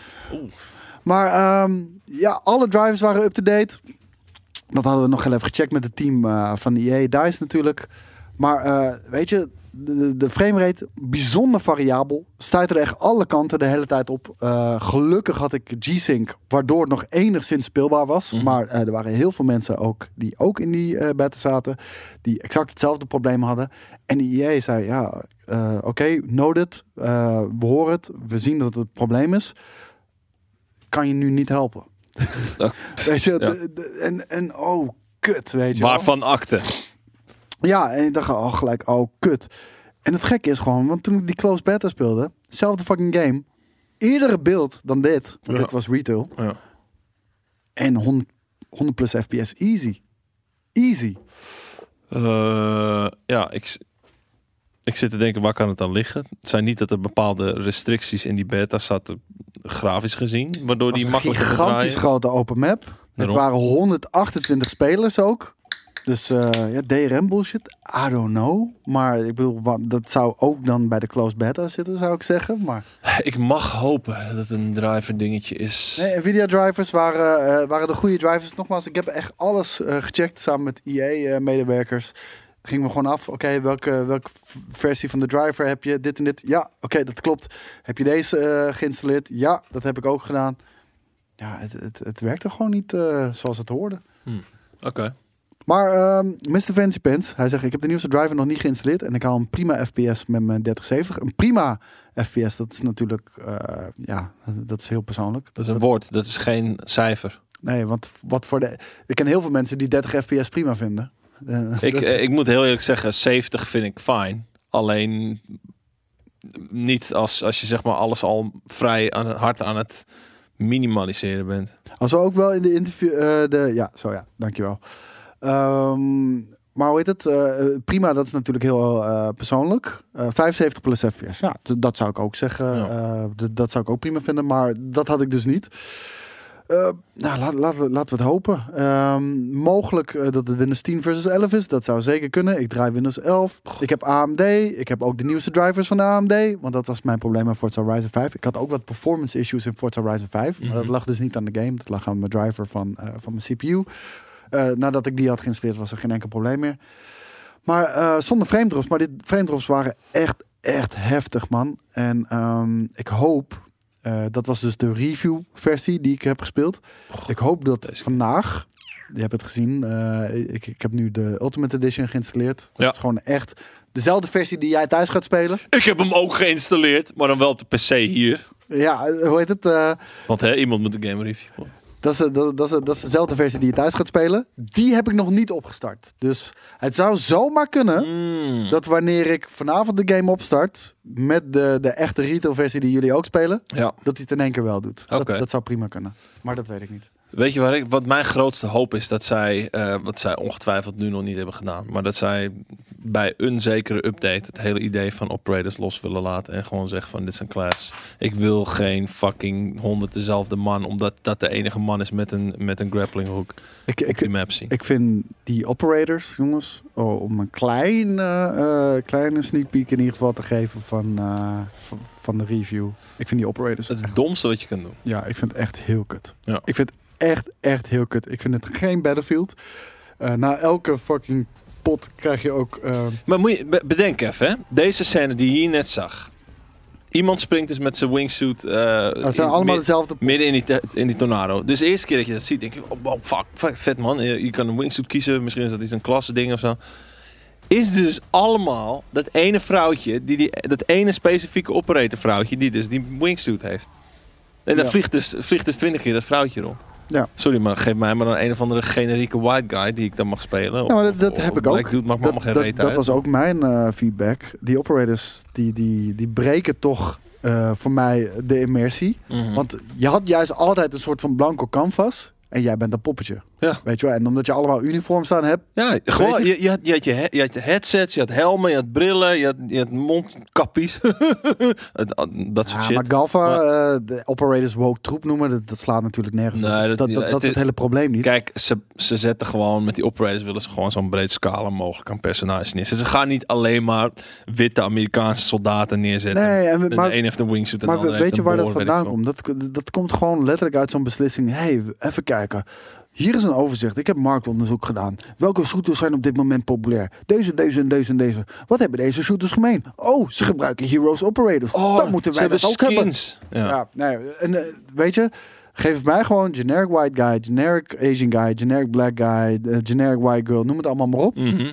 Maar um, ja, alle drivers waren up-to-date. Dat hadden we nog heel even gecheckt met het team uh, van E A DICE natuurlijk. Maar uh, weet je, de, de framerate bijzonder variabel. Stuitte er echt alle kanten de hele tijd op. Uh, gelukkig had ik G-Sync, waardoor het nog enigszins speelbaar was. Mm-hmm. Maar uh, er waren heel veel mensen ook die ook in die uh, beta zaten, die exact hetzelfde probleem hadden. En de E A zei, ja, uh, oké, okay, noted. Uh, we horen het, we zien dat het het probleem is. Kan je nu niet helpen. Oh. Weet je, ja. de, de, en, en oh, kut, weet je. Waarvan akte? Ja, en ik dacht al oh, gelijk, oh, kut. En het gekke is gewoon, want toen ik die closed beta speelde, zelfde fucking game, eerdere beeld dan dit, want ja. dit was retail, ja. en honderd, honderd plus F P S, easy. Easy. Uh, ja, ik, ik zit te denken, waar kan het dan liggen? Het zijn niet dat er bepaalde restricties in die beta zaten, grafisch gezien, waardoor die makkelijk te draaien. Een gigantisch grote open map. Daarom. Het waren honderdachtentwintig spelers ook. Dus uh, ja, D R M bullshit, I don't know. Maar ik bedoel, dat zou ook dan bij de closed beta zitten, zou ik zeggen. Maar ik mag hopen dat het een driver dingetje is. Nee, Nvidia drivers waren, uh, waren de goede drivers. Nogmaals, ik heb echt alles uh, gecheckt samen met E A-medewerkers. Uh, Gingen we gewoon af. Oké, okay, welke, welke versie van de driver heb je? Dit en dit. Ja, oké, okay, dat klopt. Heb je deze uh, geïnstalleerd? Ja, dat heb ik ook gedaan. ja, het, het, het werkte gewoon niet uh, zoals het hoorde. Hmm. Oké. Okay. Maar um, mister Fancy Pants, hij zegt, ik heb de nieuwste driver nog niet geïnstalleerd en ik haal een prima F P S met mijn dertig zeventig. Een prima F P S, dat is natuurlijk, uh, ja, dat is heel persoonlijk. Dat is een woord, dat is geen cijfer. Nee, want wat voor de... Ik ken heel veel mensen die dertig F P S prima vinden. Uh, ik, dat... uh, ik moet heel eerlijk zeggen, zeventig vind ik fijn. Alleen niet als, als je zeg maar alles al vrij aan, hard aan het minimaliseren bent. Als we ook wel in de interview... Uh, de, ja, zo ja, dankjewel. Um, maar hoe heet het? Uh, prima, dat is natuurlijk heel uh, persoonlijk. Uh, vijfenzeventig plus F P S. Ja, d- dat zou ik ook zeggen. Ja. Uh, d- dat zou ik ook prima vinden, maar dat had ik dus niet. Uh, nou, laat, laat, laten we het hopen. Um, mogelijk uh, dat het Windows tien versus elf is. Dat zou zeker kunnen. Ik draai Windows elf. Ik heb A M D. Ik heb ook de nieuwste drivers van de A M D. Want dat was mijn probleem met Forza Horizon vijf. Ik had ook wat performance issues in Forza Horizon vijf. Mm-hmm. Maar dat lag dus niet aan de game. Dat lag aan mijn driver van, uh, van mijn C P U. Uh, nadat ik die had geïnstalleerd was er geen enkel probleem meer. Maar uh, zonder frame drops. Maar die frame drops waren echt, echt heftig, man. En um, ik hoop... Uh, dat was dus de review versie die ik heb gespeeld. Ik hoop dat vandaag... Je hebt het gezien. Uh, ik, ik heb nu de Ultimate Edition geïnstalleerd. Dat ja. is gewoon echt dezelfde versie die jij thuis gaat spelen. Ik heb hem ook geïnstalleerd. Maar dan wel op de P C hier. Ja, hoe heet het? Uh, Want hè, iemand moet de game reviewen. Dat is, dat, dat, is, dat is dezelfde versie die je thuis gaat spelen. Die heb ik nog niet opgestart. Dus het zou zomaar kunnen mm. dat wanneer ik vanavond de game opstart met de, de echte retail versie die jullie ook spelen, ja. dat hij het in één keer wel doet. Okay. Dat, dat zou prima kunnen. Maar dat weet ik niet. Weet je waar ik, wat mijn grootste hoop is dat zij, uh, wat zij ongetwijfeld nu nog niet hebben gedaan, maar dat zij bij een zekere update het hele idee van operators los willen laten en gewoon zeggen van dit is een class. Ik wil geen fucking honderd dezelfde man, omdat dat de enige man is met een, met een grappling hook ik, op ik, die map zien. Ik vind die operators, jongens, oh, om een klein, uh, kleine sneak peek in ieder geval te geven van, uh, van, van de review. Ik vind die operators... Het is het domste wat je kan doen. Ja, ik vind het echt heel kut. Ja. Ik vind echt, echt heel kut. Ik vind het geen Battlefield. Uh, na elke fucking pot krijg je ook... Uh... Maar moet je, bedenk even, hè? Deze scène die je hier net zag. Iemand springt dus met zijn wingsuit... Uh, het zijn in, allemaal mid, dezelfde... Midden in die, te, in die tornado. Dus de eerste keer dat je dat ziet, denk je... Oh, wow, fuck, fuck, vet man. Je, je kan een wingsuit kiezen. Misschien is dat iets een klasse ding of zo. Is dus allemaal dat ene vrouwtje... Die, die, dat ene specifieke operator vrouwtje... Die dus die wingsuit heeft. En dan ja. vliegt dus vliegt dus twintig keer dat vrouwtje rond. Ja. Sorry, maar geef mij maar een, een of andere generieke white guy die ik dan mag spelen. Ja, maar dat, dat of, heb of ik ook. Doet, mag dat, geen dat, reet dat uit. was ook mijn uh, feedback. Die operators die, die, die breken toch uh, voor mij de immersie. Mm-hmm. Want je had juist altijd een soort van blanco canvas. En jij bent een poppetje. Ja. Weet je wel? En omdat je allemaal uniforms aan hebt. Ja, gewoon, je, je, had, je, had je, je had headsets, je had helmen, je had brillen, je had, je had mondkappies. Dat soort ja, shit. Maar Galva, maar, uh, de operators woke troep noemen, dat, dat slaat natuurlijk nergens nee, op. Dat, dat, dat, dat, dat is het hele probleem niet. Kijk, ze, ze zetten gewoon, met die operators willen ze gewoon zo'n breed scala mogelijk aan personages neerzetten. Ze gaan niet alleen maar witte Amerikaanse soldaten neerzetten. Nee, en we, de maar, een heeft een wingsuit en maar de ander weet heeft je een waar boor, dat vandaan komt? Dat, dat komt gewoon letterlijk uit zo'n beslissing. Hé, hey, even kijken. Hier is een overzicht. Ik heb marktonderzoek gedaan. Welke shooters zijn op dit moment populair? Deze, deze en deze en deze. Wat hebben deze shooters gemeen? Oh, ze gebruiken Heroes Operators. Oh, dan moeten wij dat ook skins. hebben. Ja, ja nee, en uh, weet je, geef mij gewoon generic white guy, generic Asian guy, generic black guy, uh, generic white girl, noem het allemaal maar op. Mm-hmm.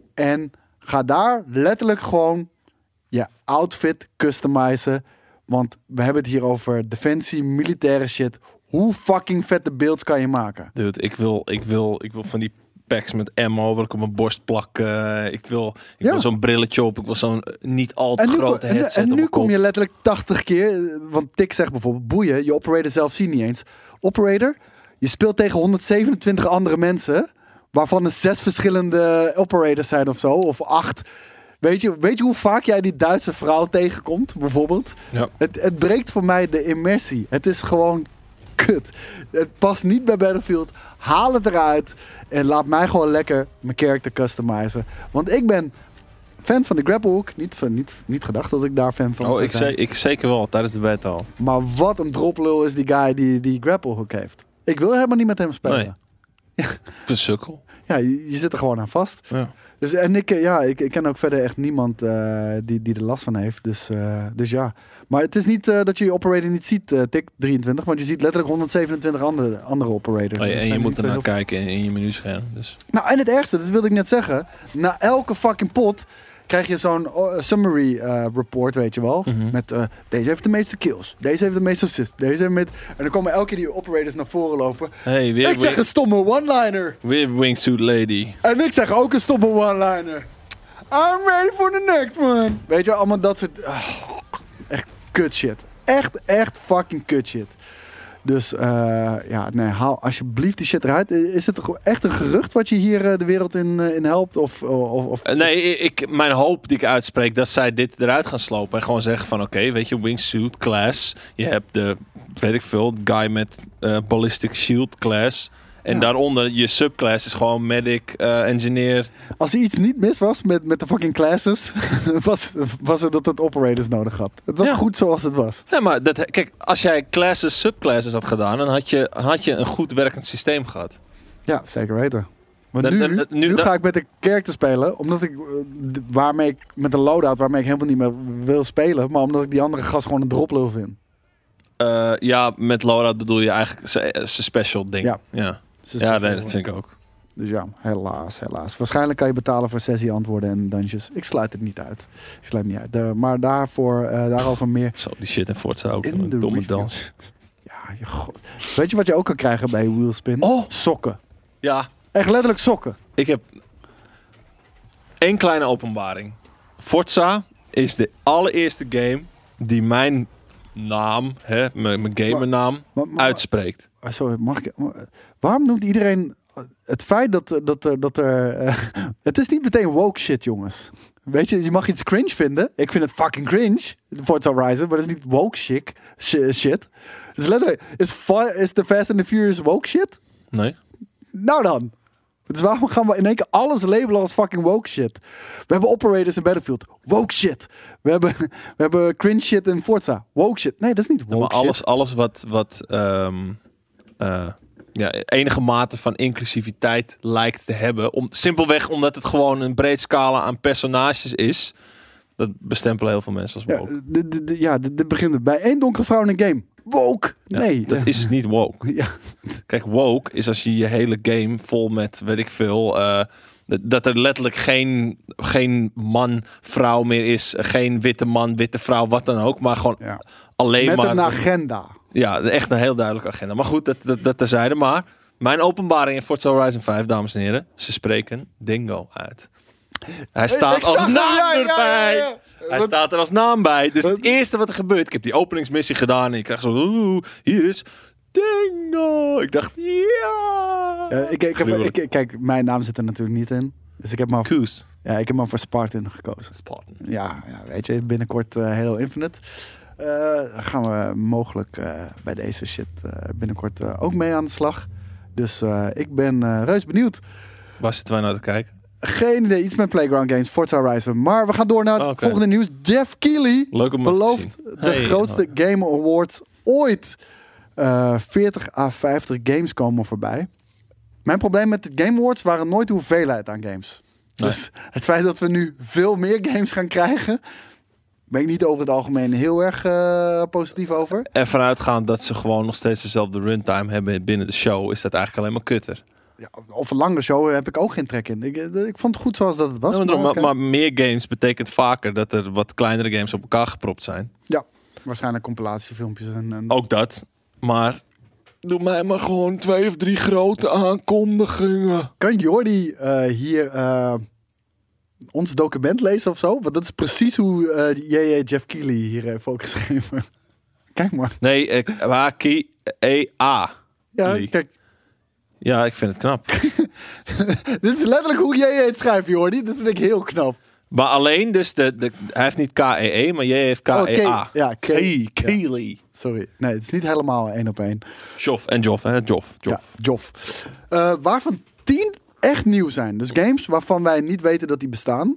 En ga daar letterlijk gewoon je outfit customizen. Want we hebben het hier over defensie, militaire shit. Hoe fucking vette beelds kan je maken? Dude, ik wil, ik wil, ik wil van die packs met ammo waar ik op mijn borst plak. Uh, ik wil, ik ja. wil zo'n brilletje op. Ik wil zo'n niet al te grote en, headset. En, en nu kom kop. je letterlijk tachtig keer. Want Tik zegt bijvoorbeeld, boeien, je operator zelf zie niet eens. Operator, je speelt tegen honderdzevenentwintig andere mensen, waarvan er zes verschillende operators zijn of zo, of acht. Weet je, weet je hoe vaak jij die Duitse vrouw tegenkomt, bijvoorbeeld? Ja. Het, het breekt voor mij de immersie. Het is gewoon kut. Het past niet bij Battlefield. Haal het eruit en laat mij gewoon lekker mijn character customizen. Want ik ben fan van de grapplehook. Niet, niet, niet gedacht dat ik daar fan van oh, zou ik zijn. Zei, ik zeker wel, tijdens de beta al. Maar wat een droplul is die guy die die grapplehook heeft. Ik wil helemaal niet met hem spelen. Nee. Ja. Een sukkel. ja, je, je zit er gewoon aan vast. Ja. Dus, en ik, eh, ja, ik, ik ken ook verder echt niemand uh, die, die er last van heeft. Dus, uh, dus ja. Maar het is niet uh, dat je je operator niet ziet, uh, tik drieëntwintig. Want je ziet letterlijk honderdzevenentwintig andere, andere operators. Oh, ja, en je moet er naar heel... kijken in, in je menuscherm. Dus. Nou, en het ergste, dat wilde ik net zeggen. Na elke fucking pot krijg je zo'n uh, summary uh, report, weet je wel. Mm-hmm. Met uh, deze heeft de meeste kills. Deze heeft de meeste assists. Deze heeft met... En dan komen elke keer die operators naar voren lopen. Hey, weer, ik zeg een stomme one-liner. Weer wingsuit lady. En ik zeg ook een stomme one-liner. I'm ready for the next one. Weet je, allemaal dat soort... Oh, echt kut shit. Echt, echt fucking kut shit. Dus uh, ja, nee, haal alsjeblieft die shit eruit. Is het echt een gerucht wat je hier uh, de wereld in, uh, in helpt? Of, of, of... Nee, ik, mijn hoop die ik uitspreek, dat zij dit eruit gaan slopen. En gewoon zeggen van, oké, okay, weet je, wingsuit class. Je hebt de, weet ik veel, guy met uh, ballistic shield class. En ja. daaronder, je subclass is gewoon medic, uh, engineer. Als er iets niet mis was met, met de fucking classes, was, was het dat het operators nodig had. Het was ja. goed zoals het was. Ja, maar dat, kijk, als jij classes, subclasses had gedaan, dan had je, had je een goed werkend systeem gehad. Ja, zeker weten. Maar dat, nu, dat, nu, nu dat, ga ik met de character spelen, omdat ik, waarmee ik met een loadout waarmee ik helemaal niet meer wil spelen, maar omdat ik die andere gast gewoon een droplul vind. Uh, ja, met loadout bedoel je eigenlijk zijn special ding. Ja. Ja. Ja, nee, dat vind ik ook. Dus ja, helaas, helaas. Waarschijnlijk kan je betalen voor sessieantwoorden en dungeons. Ik sluit het niet uit. Ik sluit het niet uit. De, maar daarvoor, uh, daarover meer... Zo, die shit in Forza ook. In de domme dans. Ja, je god. Weet je wat je ook kan krijgen bij Wheelspin? Oh! Sokken. Ja. Echt letterlijk sokken. Ik heb één kleine openbaring. Forza is de allereerste game die mijn naam, hè, mijn, mijn gamernaam, maar, maar, maar, uitspreekt. Sorry, mag ik... Waarom noemt iedereen het feit dat, dat, dat, dat er... Uh, het is niet meteen woke shit, jongens. Weet je, je mag iets cringe vinden. Ik vind het fucking cringe, Forza Horizon, maar dat is niet woke shit. shit. Dus letterlijk, is, is The Fast and the Furious woke shit? Nee. Nou dan. Dus waarom gaan we in één keer alles labelen als fucking woke shit? We hebben operators in Battlefield. Woke shit. We hebben, we hebben cringe shit in Forza. Woke shit. Nee, dat is niet woke ja, maar alles, shit. Alles wat... wat um, uh, ja, enige mate van inclusiviteit lijkt te hebben. Om, simpelweg omdat het gewoon een breed scala aan personages is. Dat bestempelen heel veel mensen als woke. Ja, de, de, de, ja, dit begint bij één donkere vrouw in een game. Woke! Nee. Ja, dat is niet woke. Ja. Kijk, woke is als je je hele game vol met, weet ik veel... Uh, dat er letterlijk geen, geen man, vrouw meer is. Geen witte man, witte vrouw, wat dan ook. Maar gewoon ja. alleen met maar... Met een agenda. Ja, echt een heel duidelijke agenda. Maar goed, dat, dat, dat terzijde. Maar mijn openbaring in Forza Horizon vijf, dames en heren. Ze spreken Dingo uit. Hij staat ik als naam ja, erbij. Ja, ja, ja. Hij wat? staat er als naam bij. Dus wat? Het eerste wat er gebeurt... Ik heb die openingsmissie gedaan en ik krijg zo... Oeh, hier is Dingo. Ik dacht, ja. ja ik, ik heb, ik, kijk, mijn naam zit er natuurlijk niet in. Dus ik heb maar... Koos. Ja, ik heb maar voor Spartan gekozen. Spartan. Ja, ja, weet je, binnenkort uh, Halo Infinite. Uh, gaan we mogelijk uh, bij deze shit uh, binnenkort uh, ook mee aan de slag. Dus uh, ik ben uh, reus benieuwd. Waar zitten wij nou te kijken? Geen idee, iets met Playground Games, Forza Horizon. Maar we gaan door naar het okay. volgende nieuws. Jeff Keighley belooft de hey, grootste oh. Game Awards ooit. Uh, veertig à vijftig games komen voorbij. Mijn probleem met de Game Awards waren nooit de hoeveelheid aan games. Nee. Dus het feit dat we nu veel meer games gaan krijgen... ben ik niet over het algemeen heel erg uh, positief over. En vanuitgaand dat ze gewoon nog steeds dezelfde runtime hebben binnen de show... is dat eigenlijk alleen maar kutter. Ja, of een lange show heb ik ook geen trek in. Ik, ik vond het goed zoals dat het was. Ja, maar, maar, maar, maar meer games betekent vaker dat er wat kleinere games op elkaar gepropt zijn. Ja, waarschijnlijk compilatiefilmpjes. En, en... Ook dat. Maar doe mij maar gewoon twee of drie grote aankondigingen. Kan Jordi uh, hier uh, ons document lezen of zo? Want dat is precies hoe uh, J J Jeff Keighley hier heeft ook geschreven. Kijk maar. Nee, H K E A. Ja, kijk. Ja, ik vind het knap. Dit is letterlijk hoe J J het schrijft, Jordi. Dat vind ik heel knap. Maar alleen dus, de, de, hij heeft niet K E E, maar J heeft K E A. Oh, ja, Keighley. Ja. Sorry. Nee, het is niet helemaal één op één. Joff en Joff, hè? Joff. Joff. Ja, Joff. Uh, waarvan tien echt nieuw zijn. Dus games waarvan wij niet weten dat die bestaan.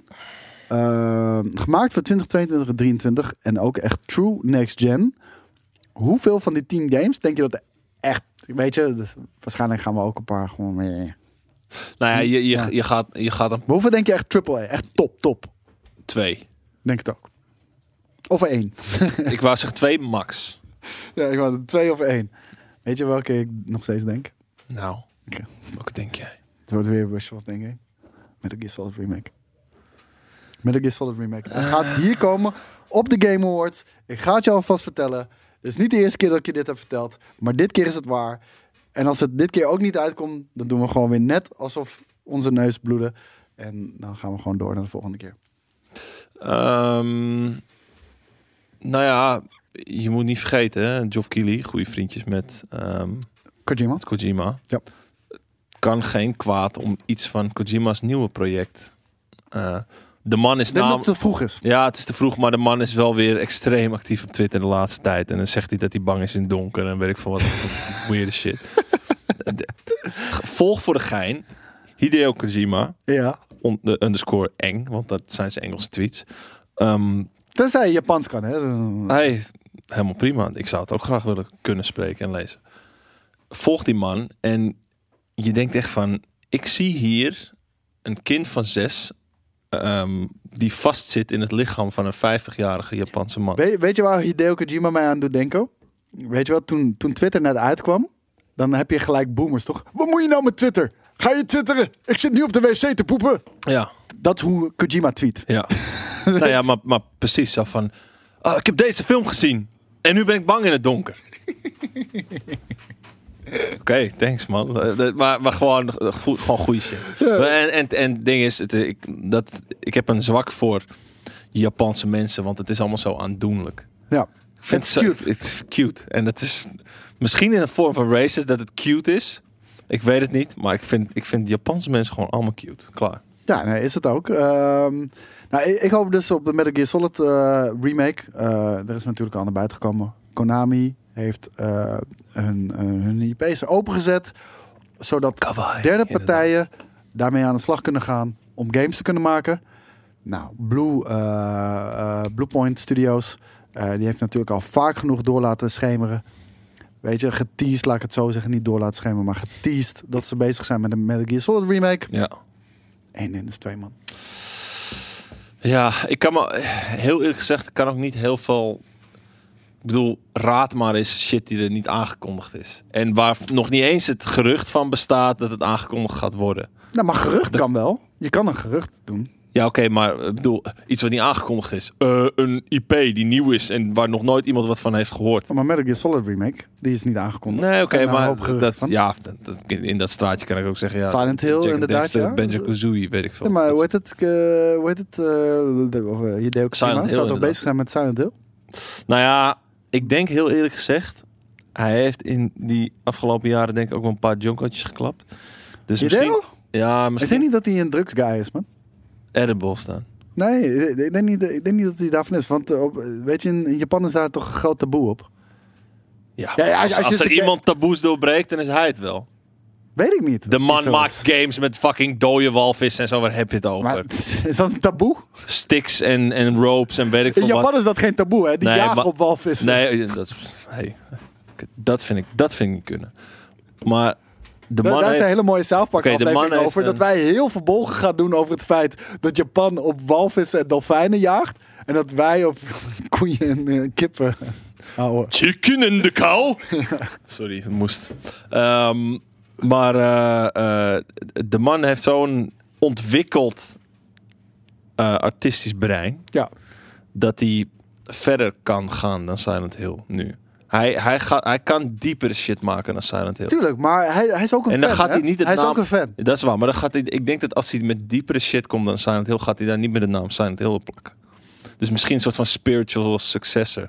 Uh, gemaakt voor twintig tweeëntwintig en drieëntwintig. En ook echt true next gen. Hoeveel van die tien games denk je dat er echt... Weet je, dus waarschijnlijk gaan we ook een paar gewoon... Mee. Nou ja, je, je, Ja. je, gaat, je gaat een Maar hoeveel denk je echt triple A? Echt top, top. twee. Denk het ook. Of één. Ik wou zeggen twee max. Ja, ik wou twee of één. Weet je welke ik nog steeds denk? Nou, Oké. welke denk jij? Het wordt weer wishful, denk ik. Metal Gear Solid Remake. Metal Gear Solid Remake. Het gaat hier komen op de Game Awards. Ik ga het je alvast vertellen. Het is niet de eerste keer dat ik je dit heb verteld. Maar dit keer is het waar. En als het dit keer ook niet uitkomt, dan doen we gewoon weer net alsof onze neus bloeden. En dan gaan we gewoon door naar de volgende keer. Um, nou ja, je moet niet vergeten, hè? Geoff Keighley, goede vriendjes met um, Kojima. Kojima. Ja. Kan geen kwaad om iets van Kojima's nieuwe project. Uh, de man is Ik denk dat namelijk... het te vroeg is. Ja, het is te vroeg, maar de man is wel weer extreem actief op Twitter de laatste tijd. En dan zegt hij dat hij bang is in het donker en weet ik van wat weird shit. De- Volg voor de gein Hideo Kojima, Ja. on, de underscore eng, want dat zijn zijn Engelse tweets. Um, Tenzij je Japans kan, hè. Hij, helemaal prima. Ik zou het ook graag willen kunnen spreken en lezen. Volg die man en je denkt echt van, ik zie hier een kind van zes um, die vastzit in het lichaam van een vijftigjarige Japanse man. Weet, weet je waar Hideo Kojima mij aan doet denken? Weet je wat, toen, toen Twitter net uitkwam, dan heb je gelijk boomers, toch? Wat moet je nou met Twitter? Ga je twitteren? Ik zit nu op de wc te poepen. Ja, Dat is hoe Kojima tweet. ja. nou ja, maar, maar precies zo van, oh, ik heb deze film gezien en nu ben ik bang in het donker. Oké, okay, thanks man. Uh, maar, maar gewoon, uh, goed, gewoon goede shit. Ja. En, en, en het ding is, het, ik, dat, ik heb een zwak voor Japanse mensen, want het is allemaal zo aandoenlijk. Ja. Ik vind Het is het, cute. Het is cute. En het is misschien in een vorm van racist dat het cute is. Ik weet het niet, maar ik vind, ik vind Japanse mensen gewoon allemaal cute. Klaar. Ja, nee, is het ook. Ehm, nou, ik, ik hoop dus op de Metal Gear Solid uh, remake. Uh, er is natuurlijk al naar buiten gekomen. Konami heeft uh, hun, uh, hun I P's opengezet, zodat Kawaii, derde inderdaad. partijen daarmee aan de slag kunnen gaan om games te kunnen maken. Nou, Blue, uh, uh, Bluepoint Studios, uh, die heeft natuurlijk al vaak genoeg door laten schemeren. Weet je, geteased, laat ik het zo zeggen, niet door laten schemeren, maar geteased dat ze bezig zijn met een Metal Gear Solid remake. Ja. Eén in is twee, man. Ja, ik kan me heel eerlijk gezegd, ik kan ook niet heel veel. Ik bedoel, raad maar eens shit die er niet aangekondigd is. En waar nog niet eens het gerucht van bestaat dat het aangekondigd gaat worden. Nou, maar gerucht kan wel. Je kan een gerucht doen. Ja, oké, okay, maar ik bedoel, iets wat niet aangekondigd is. Uh, een I P die nieuw is en waar nog nooit iemand wat van heeft gehoord. Maar Metal Gear Solid remake, die is niet aangekondigd. Nee, oké, Zijn daar een hoop maar geruchten dat, van? ja, dat, dat- in dat straatje kan ik ook zeggen. Ja, Silent Hill, Jack and inderdaad, Dexter, ja. Banjo-Kazooie, weet ik veel. Ja, maar hoe heet het? Uh, hoe heet het? Uh, de- of, uh, Hideo Kojima Silent Hill, zou toch inderdaad. bezig zijn met Silent Hill? Nou ja, ik denk heel eerlijk gezegd, hij heeft in die afgelopen jaren denk ik ook wel een paar jonkootjes geklapt. Dus Hideo? misschien, ja, Ik misschien denk niet dat hij een drugsguy is, man. edibles dan. Nee, ik ik denk niet, ik denk niet dat hij daarvan is. Want uh, op, weet je, in Japan is daar toch een groot taboe op. Ja, Ja, ja, als- als, als je als er ze- iemand taboes doorbreekt, dan is hij het wel. Weet ik niet. De of man die zo maakt is. games met fucking dode walvissen en zo, waar heb je het over? Maar is dat een taboe? Sticks en, en ropes en weet ik In veel Japan wat. is dat geen taboe, hè? Die Nee, jagen maar- op walvissen. Nee, dat, is- hey, dat, vind ik, dat vind ik niet kunnen. Maar de Da- man daar is heeft... een hele mooie South Park Oké, de man aflevering heeft over. een- Dat wij heel verbolgen gaan doen over het feit dat Japan op walvissen en dolfijnen jaagt. En dat wij op koeien en eh, kippen houden. Chicken in de kou. Sorry, het moest. Ehm, maar eh, eh, de man heeft zo'n ontwikkeld eh, artistisch brein Ja. dat hij verder kan gaan dan Silent Hill nu. Hij, hij, gaat, hij kan diepere shit maken dan Silent Hill. Tuurlijk, maar hij, hij is ook een En fan. dan gaat hè? hij niet het Hij is naam- ook een fan. Dat is waar, maar dan gaat hij, ik denk dat als hij met diepere shit komt dan Silent Hill, gaat hij daar niet meer de naam Silent Hill op plakken. Dus misschien een soort van spiritual successor.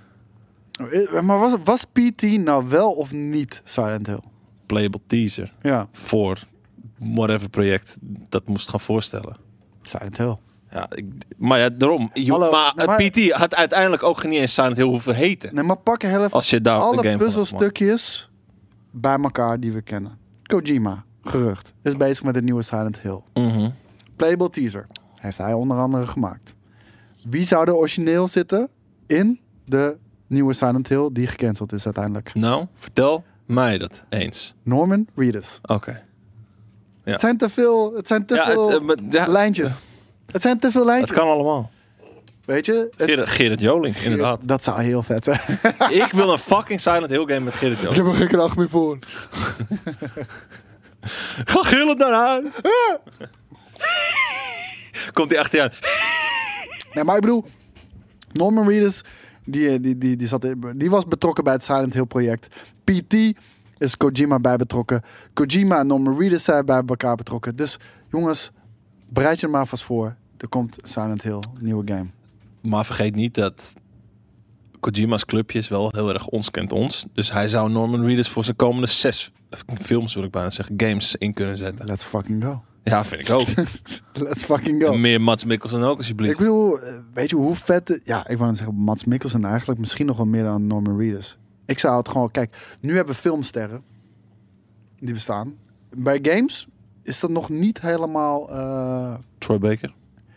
Eh, Maar was, was P T nou wel of niet Silent Hill? Playable teaser Ja, voor whatever project dat moest gaan voorstellen. Silent Hill. Ja, ik, maar ja, daarom. Je, Hallo, maar, nou, maar- P T had uiteindelijk ook niet eens Silent Hill hoeven heten. Nee, maar pak heel even Als je daar de alle game van had puzzelstukjes bij elkaar die we kennen. Kojima, gerucht, is bezig met een nieuwe Silent Hill. Mhm. Playable teaser. Heeft hij onder andere gemaakt. Wie zou er origineel zitten in de nieuwe Silent Hill die gecanceld is uiteindelijk? Nou, vertel mij dat eens. Norman Reedus. Oké. Ja. Het zijn te veel, het zijn te Ja, veel het, uh, maar- ja, lijntjes. Het zijn te veel lijntjes. Het kan allemaal. Weet je? Het- Gerrit, Gerrit Joling, inderdaad. Dat zou heel vet zijn. Ik wil een fucking Silent Hill game met Gerrit Joling. heb er geen kracht meer voor. Ga gillend naar huis. Komt hij achter je aan. Nee, maar ik bedoel, Norman Reedus, die, die, die, die, zat, die was betrokken bij het Silent Hill project. P T is Kojima bij betrokken. Kojima en Norman Reedus zijn bij elkaar betrokken. Dus jongens, bereid je er maar vast voor. Er komt Silent Hill, een nieuwe game. Maar vergeet niet dat Kojima's clubje is wel heel erg ons kent ons. Dus hij zou Norman Reedus voor zijn komende zes films, wil ik bijna zeggen, games in kunnen zetten. Let's fucking go. Ja, vind ik ook. Let's fucking go. En meer Mads Mikkelsen ook, alsjeblieft. Ik bedoel, eh, weet je hoe vet... Ja, ik wou net zeggen, Mads Mikkelsen eigenlijk misschien nog wel meer dan Norman Reedus. Ik zou het gewoon... Kijk, nu hebben we filmsterren die bestaan. Bij games is dat nog niet helemaal... eh, Troy Baker.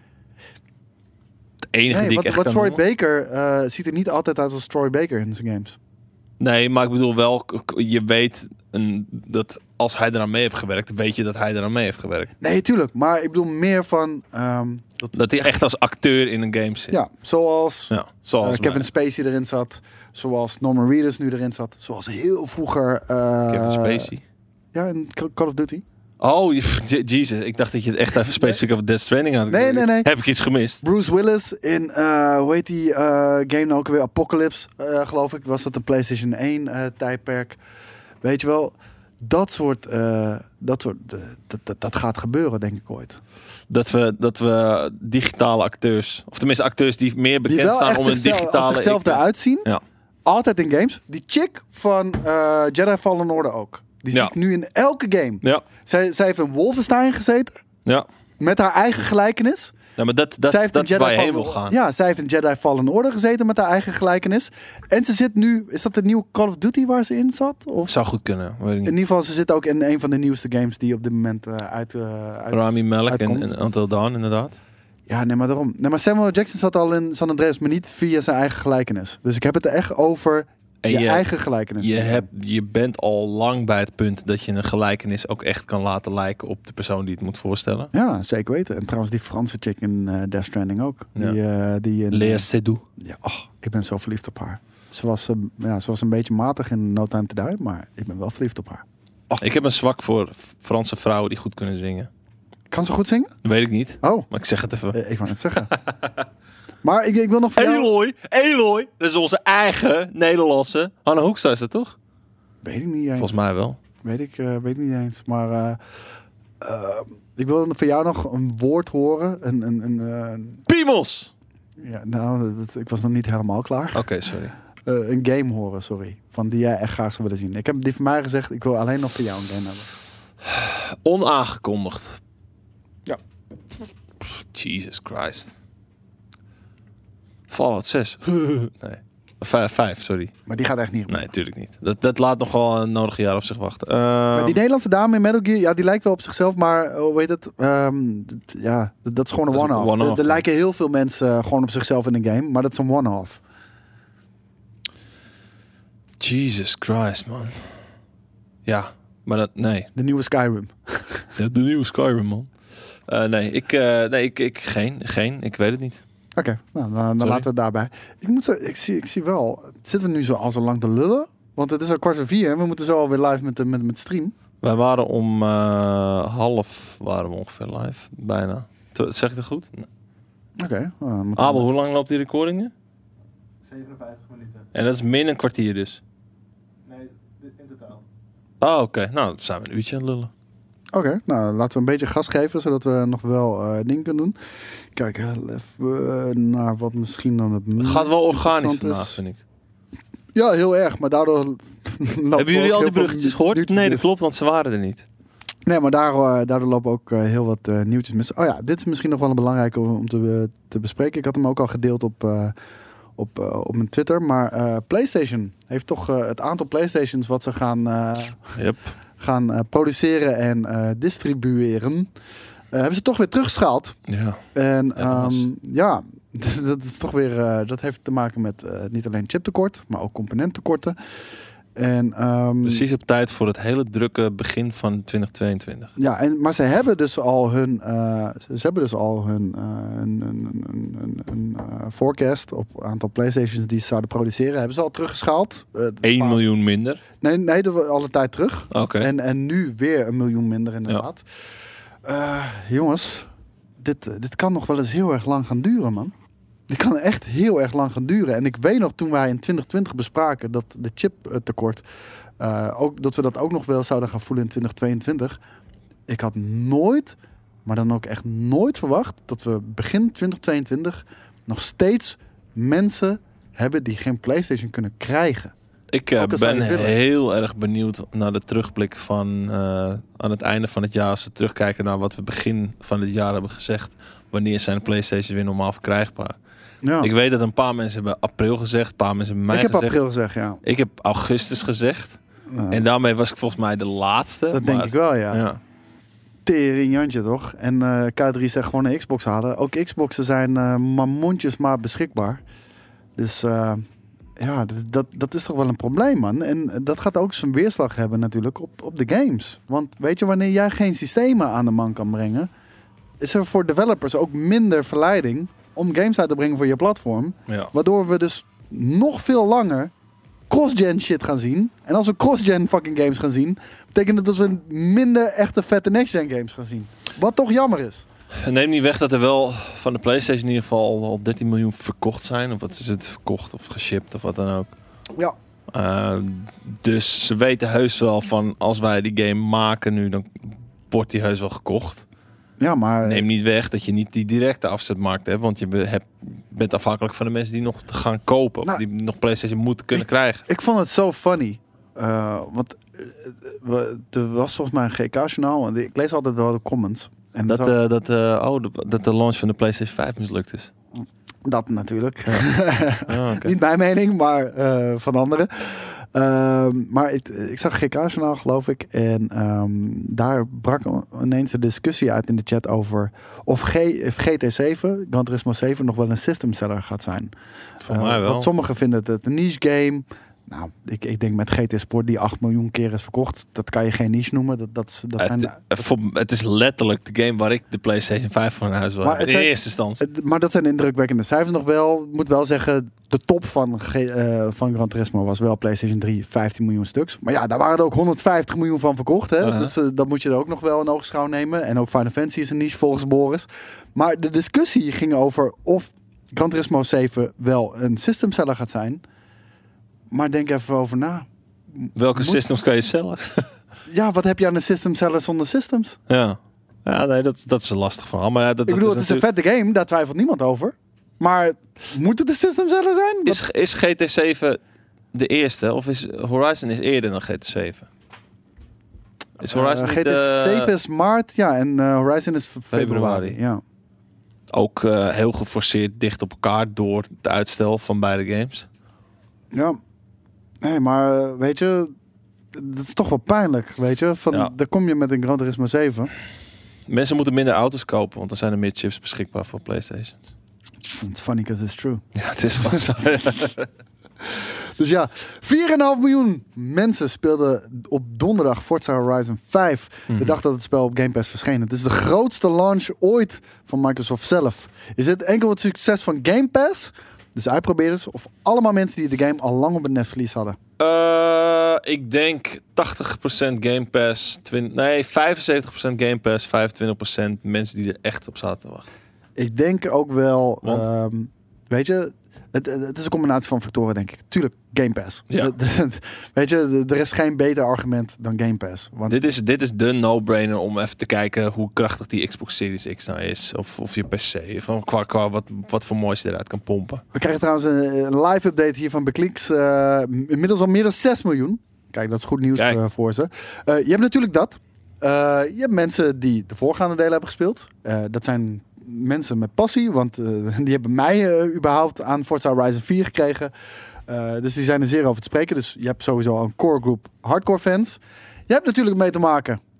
De enige Nee, die wat, ik echt wat kan Troy noemen. Baker eh, ziet er niet altijd uit als Troy Baker in zijn games. Nee, maar ik bedoel wel, k- k- je weet een, dat als hij eraan mee heeft gewerkt, weet je dat hij eraan mee heeft gewerkt. Nee, tuurlijk. Maar ik bedoel meer van... ehm, dat, Dat hij echt als acteur in een game zit. ja, zoals Ja, zoals eh, Kevin mij. Spacey erin zat. Zoals Norman Reedus nu erin zat. Zoals heel vroeger... eh, Kevin Spacey. Ja, in Call of Duty. Oh, je- Jesus. Ik dacht dat je het echt even specifiek over Death Stranding had. Nee, nee, nee. Heb ik iets gemist? Bruce Willis in, eh, hoe heet die eh, game nou ook weer? Apocalypse, eh, geloof ik. Was dat de PlayStation één eh, tijdperk? Weet je wel, dat soort, eh, dat, soort eh, dat, dat, dat gaat gebeuren, denk ik ooit. Dat we, dat we digitale acteurs, of tenminste acteurs die meer Die bekend wel staan echt om een zichzelf, digitale... als zichzelf eruit zien. Ja. Altijd in games. Die chick van eh, Jedi Fallen Order ook. Die zie Ja. ik nu in elke game. Ja, Zij, zij heeft in Wolfenstein gezeten. ja. Met haar eigen gelijkenis. Ja, maar dat, dat, Zij heeft dat in is Jedi waar je heen Fallen- wil gaan. Ja, zij heeft in Jedi Fallen Order gezeten met haar eigen gelijkenis. En ze zit nu... Is dat de nieuwe Call of Duty waar ze in zat? Of? Zou goed kunnen, weet ik In niet. ieder geval, ze zit ook in een van de nieuwste games die op dit moment uh, uit, uh, uit Rami Malek en, uitkomt. en Until Dawn, inderdaad. Ja, nee, maar daarom. Nee, maar Samuel Jackson zat al in San Andreas, maar niet via zijn eigen gelijkenis. Dus ik heb het er echt over En je, je, eigen gelijkenis. je, hebt, je bent al lang bij het punt dat je een gelijkenis ook echt kan laten lijken op de persoon die het moet voorstellen. Ja, zeker weten. En trouwens die Franse chick in uh, Death Stranding ook. Die, uh, die in, Lea Seydoux. Ja, oh, ik ben zo verliefd op haar. Ze was, uh, ja, ze was een beetje matig in No Time to Die, maar ik ben wel verliefd op haar. Oh. Ik heb een zwak voor Franse vrouwen die goed kunnen zingen. Kan ze goed zingen? Dat weet ik niet, Oh, maar ik zeg het even. uh, ik wou net zeggen. Maar ik, ik wil nog van jou... Eloy, Eloy, dat is onze eigen Nederlandse. Anne Hoekstra is dat toch? Weet ik niet eens. Volgens mij wel. Weet ik, uh, weet ik niet eens. Maar uh, uh, ik wil van jou nog een woord horen. Een, een, een, uh, Piemels! ja, nou, dat, ik was nog niet helemaal klaar. Oké, okay, sorry. Uh, een game horen, sorry. Van die jij echt graag zou willen zien. Ik heb die van mij gezegd, ik wil alleen nog voor jou een game hebben. Onaangekondigd. Ja. Jesus Christ. Fallout zes. Nee. Vijf, vijf, sorry. Maar die gaat echt niet. Nee, natuurlijk niet. Dat, dat laat nog wel een nodige jaar op zich wachten. Uh, Maar die Nederlandse dame in Metal Gear, ja, die lijkt wel op zichzelf, maar uh, hoe heet het? Um, d- ja, d- dat is gewoon een Dat is een one-off. one-off, Er- Er ja. lijken heel veel mensen uh, gewoon op zichzelf in een game, maar dat is een one-off. Jesus Christ, man. Ja, maar dat, nee. De nieuwe Skyrim. De, de nieuwe Skyrim, man. Uh, nee, ik, uh, nee ik, ik, geen, geen, ik weet het niet. Oké, okay, nou, dan, dan laten we het daarbij. Ik, moet zo, ik, zie, ik zie wel, zitten we nu zo al zo lang te lullen? Want het is al kwart voor vier en we moeten zo alweer live met de met, met stream. Wij waren om uh, half, waren we ongeveer live, bijna. Zeg ik dat goed? Nee. Oké. Okay, nou, Abel, hoe lang loopt die recordingen? zevenenvijftig minuten. En dat is min een kwartier dus? Nee, in totaal. Oh, oké. Okay. Nou, dan zijn we een uurtje aan het lullen. Oké, okay, nou laten we een beetje gas geven, zodat we nog wel uh, dingen kunnen doen. Kijk, even uh, naar wat misschien dan het Het gaat wel organisch is. vandaag, vind ik. Ja, heel erg, maar daardoor... Hebben jullie al die bruggetjes gehoord? Nee, dat klopt, want ze waren er niet. Nee, maar daardoor, uh, daardoor lopen ook uh, heel wat uh, nieuwtjes mis. Oh ja, dit is misschien nog wel een belangrijke om, om te, uh, te bespreken. Ik had hem ook al gedeeld op, uh, op, uh, op mijn Twitter. Maar uh, PlayStation heeft toch uh, het aantal PlayStations wat ze gaan... Uh, yep. gaan uh, produceren en uh, distribueren, uh, hebben ze toch weer teruggeschaald. Ja. En ja, um, ja, dat is toch weer, uh, dat heeft te maken met uh, niet alleen chiptekort, maar ook componenttekorten. En, um, Precies op tijd voor het hele drukke begin van twintig tweeëntwintig. Ja, en, maar ze hebben dus al hun, uh, ze, ze hebben dus al hun, uh, hun, hun, hun, hun, hun uh, forecast op aantal PlayStations die ze zouden produceren, hebben ze al teruggeschaald. Uh, één paar... miljoen minder? Nee, nee, dat was alle tijd terug. Okay. En, en nu weer een miljoen minder inderdaad. Ja. Uh, jongens, dit, dit kan nog wel eens heel erg lang gaan duren, man. Dit kan echt heel erg lang gaan duren. En ik weet nog toen wij in twintig twintig bespraken dat de chiptekort, uh, ook, dat we dat ook nog wel zouden gaan voelen in twintig tweeëntwintig. Ik had nooit, maar dan ook echt nooit verwacht dat we begin twintig tweeëntwintig nog steeds mensen hebben die geen PlayStation kunnen krijgen. Ik uh, ben heel erg benieuwd naar de terugblik van uh, aan het einde van het jaar. Als we terugkijken naar wat we begin van het jaar hebben gezegd. Wanneer zijn de PlayStation weer normaal verkrijgbaar? Ja. Ik weet dat een paar mensen hebben april gezegd. Een paar mensen hebben mei gezegd. Ik heb april gezegd, ja. Ik heb augustus gezegd. Ja. En daarmee was ik volgens mij de laatste. Dat maar, denk ik wel, ja. ja. Tering Jantje, toch? En uh, K drie zegt gewoon een Xbox halen. Ook Xboxen zijn uh, maar mondjesmaat beschikbaar. Dus uh, ja, dat, dat is toch wel een probleem, man. En dat gaat ook zijn weerslag hebben natuurlijk op, op de games. Want weet je, wanneer jij geen systemen aan de man kan brengen, is er voor developers ook minder verleiding om games uit te brengen voor je platform. Ja. Waardoor we dus nog veel langer cross-gen shit gaan zien. En als we cross-gen fucking games gaan zien, betekent dat dat we minder echte vette next-gen games gaan zien. Wat toch jammer is. Neem niet weg dat er wel van de PlayStation in ieder geval al, al dertien miljoen verkocht zijn. Of wat is het, verkocht of geshipped of wat dan ook. Ja. Uh, dus ze weten heus wel van als wij die game maken nu, dan wordt die heus wel gekocht. Ja, maar neem niet weg dat je niet die directe afzetmarkt hebt. Want je be, heb, bent afhankelijk van de mensen die nog te gaan kopen. Nou, of die nog PlayStation moeten kunnen ik, krijgen. Ik vond het zo funny. Uh, want uh, er was volgens mij een G K-journaal. En ik lees altijd wel de comments. En dat, zo, uh, dat, uh, oh, de, dat de launch van de PlayStation vijf mislukt is. Dat natuurlijk. oh, okay. Niet mijn mening, maar uh, van anderen. Uh, maar ik, ik zag G K-journaal, geloof ik. En um, daar brak ineens een discussie uit in de chat over of, G, of G T zeven, Gran Turismo zeven, nog wel een system seller gaat zijn. Voor uh, mij wel. Want sommigen vinden het een niche game. Nou, ik, ik denk met G T Sport die acht miljoen keer is verkocht. Dat kan je geen niche noemen. Dat, dat, dat het, zijn, voor, het is letterlijk de game waar ik de PlayStation vijf van huis wil. In zijn, eerste instantie. Het, maar dat zijn indrukwekkende cijfers nog wel. Ik moet wel zeggen, de top van, uh, van Gran Turismo was wel PlayStation drie, vijftien miljoen stuks. Maar ja, daar waren er ook honderdvijftig miljoen van verkocht. Hè? Uh-huh. Dus uh, dat moet je er ook nog wel in oogschouw nemen. En ook Final Fantasy is een niche volgens Boris. Maar de discussie ging over of Gran Turismo zeven wel een system seller gaat zijn. Maar denk even over na. Welke Moet... systems kan je cellen? Ja, wat heb je aan een system seller zonder systems? Ja, ja nee, dat, dat is een lastig verhaal. Maar ja, dat, ik bedoel, dat het is natuurlijk... een vette game, daar twijfelt niemand over. Maar moet het een system seller zijn? Wat... Is, is G T zeven de eerste? Of is Horizon is eerder dan G T zeven? Is Horizon uh, G T zeven de... is maart, ja. En uh, Horizon is februari. februari. Ja. Ook uh, heel geforceerd dicht op elkaar door het uitstel van beide games. Ja, nee, maar weet je, dat is toch wel pijnlijk, weet je. Van, ja. Daar kom je met een Gran Turismo zeven. Mensen moeten minder auto's kopen, want er zijn er meer chips beschikbaar voor PlayStations. It's funny because it's true. Ja, het is gewoon zo. Dus ja, vier komma vijf miljoen mensen speelden op donderdag Forza Horizon vijf. Mm-hmm. De dag dat het spel op Game Pass verscheen. Het is de grootste launch ooit van Microsoft zelf. Is dit enkel het succes van Game Pass? Dus uitprobeerders of allemaal mensen die de game al lang op het netvlies hadden? Uh, ik denk tachtig procent Game Pass, twintig, nee, vijfenzeventig procent Game Pass, vijfentwintig procent mensen die er echt op zaten te wachten. Ik denk ook wel, um, weet je, het, het is een combinatie van factoren, denk ik. Tuurlijk, Game Pass. Ja. Weet je, er is geen beter argument dan Game Pass. Want dit is, dit is de no-brainer om even te kijken hoe krachtig die Xbox Series X nou is. Of, of je P C. Of qua, qua wat, wat voor moois je eruit kan pompen. We krijgen trouwens een, een live update hier van Bekliks. Uh, inmiddels al meer dan zes miljoen. Kijk, dat is goed nieuws uh, voor ze. Uh, je hebt natuurlijk dat. Uh, je hebt mensen die de voorgaande delen hebben gespeeld. Uh, dat zijn mensen met passie. Want uh, die hebben mij uh, überhaupt aan Forza Horizon vier gekregen. Uh, dus die zijn er zeer over te spreken. Dus je hebt sowieso een core groep hardcore fans. Je hebt natuurlijk mee te maken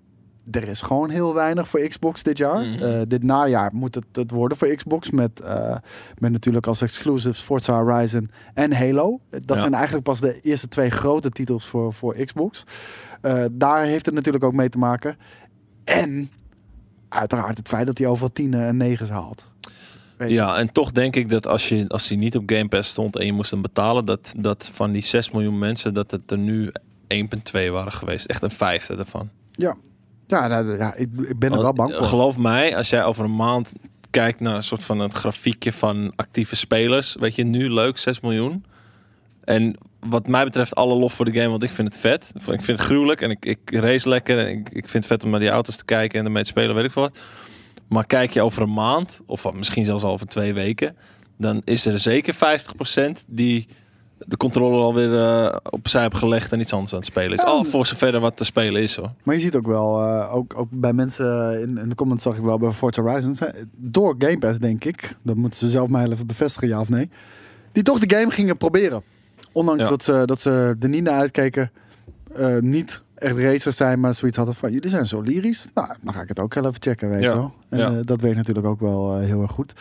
er is gewoon heel weinig voor Xbox dit jaar. Mhm. Uh, dit najaar moet het, het worden voor Xbox. Met, uh, met natuurlijk als exclusives Forza Horizon en Halo. Dat Ja. zijn eigenlijk pas de eerste twee grote titels voor, voor Xbox. Uh, daar heeft het natuurlijk ook mee te maken. En uiteraard het feit dat hij overal tienen en negens haalt. Weet je. Ja, en toch denk ik dat als je als hij niet op Game Pass stond en je moest hem betalen, dat, dat van die zes miljoen mensen, dat het er nu één komma twee waren geweest. Echt een vijfde ervan. Ja, ja, nou, ja ik, ik ben er wel bang voor. Geloof mij, als jij over een maand kijkt naar een soort van een grafiekje van actieve spelers, weet je, nu leuk, zes miljoen. En wat mij betreft alle lof voor de game, want ik vind het vet. Ik vind het gruwelijk en ik, ik race lekker. En ik, ik vind het vet om naar die auto's te kijken en ermee te spelen, weet ik veel wat. Maar kijk je over een maand, of misschien zelfs over twee weken, dan is er zeker vijftig procent die de controle alweer uh, opzij hebben gelegd en iets anders aan het spelen is. Ja, Al voor zover er wat te spelen is, hoor. Maar je ziet ook wel, uh, ook, ook bij mensen in, in de comments zag ik wel bij Forza Horizon, door Game Pass denk ik, dat moeten ze zelf maar heel even bevestigen, ja of nee, die toch de game gingen proberen. Ondanks Ja. dat, ze, dat ze er niet naar uitkeken, uh, niet echt racers zijn, maar zoiets hadden van, jullie zijn zo lyrisch. Nou, dan ga ik het ook heel even checken, weet je Ja. wel. En Ja. uh, dat weet natuurlijk ook wel uh, heel erg goed.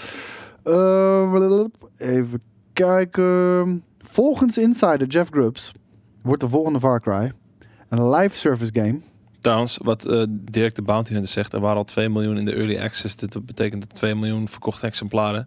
Uh, even kijken. Volgens insider Jeff Grubbs wordt de volgende Far Cry een live service game. Trouwens, wat uh, Dirk de Bounty Hunter zegt, er waren al twee miljoen in de early access. Dit betekent dat twee miljoen verkochte exemplaren.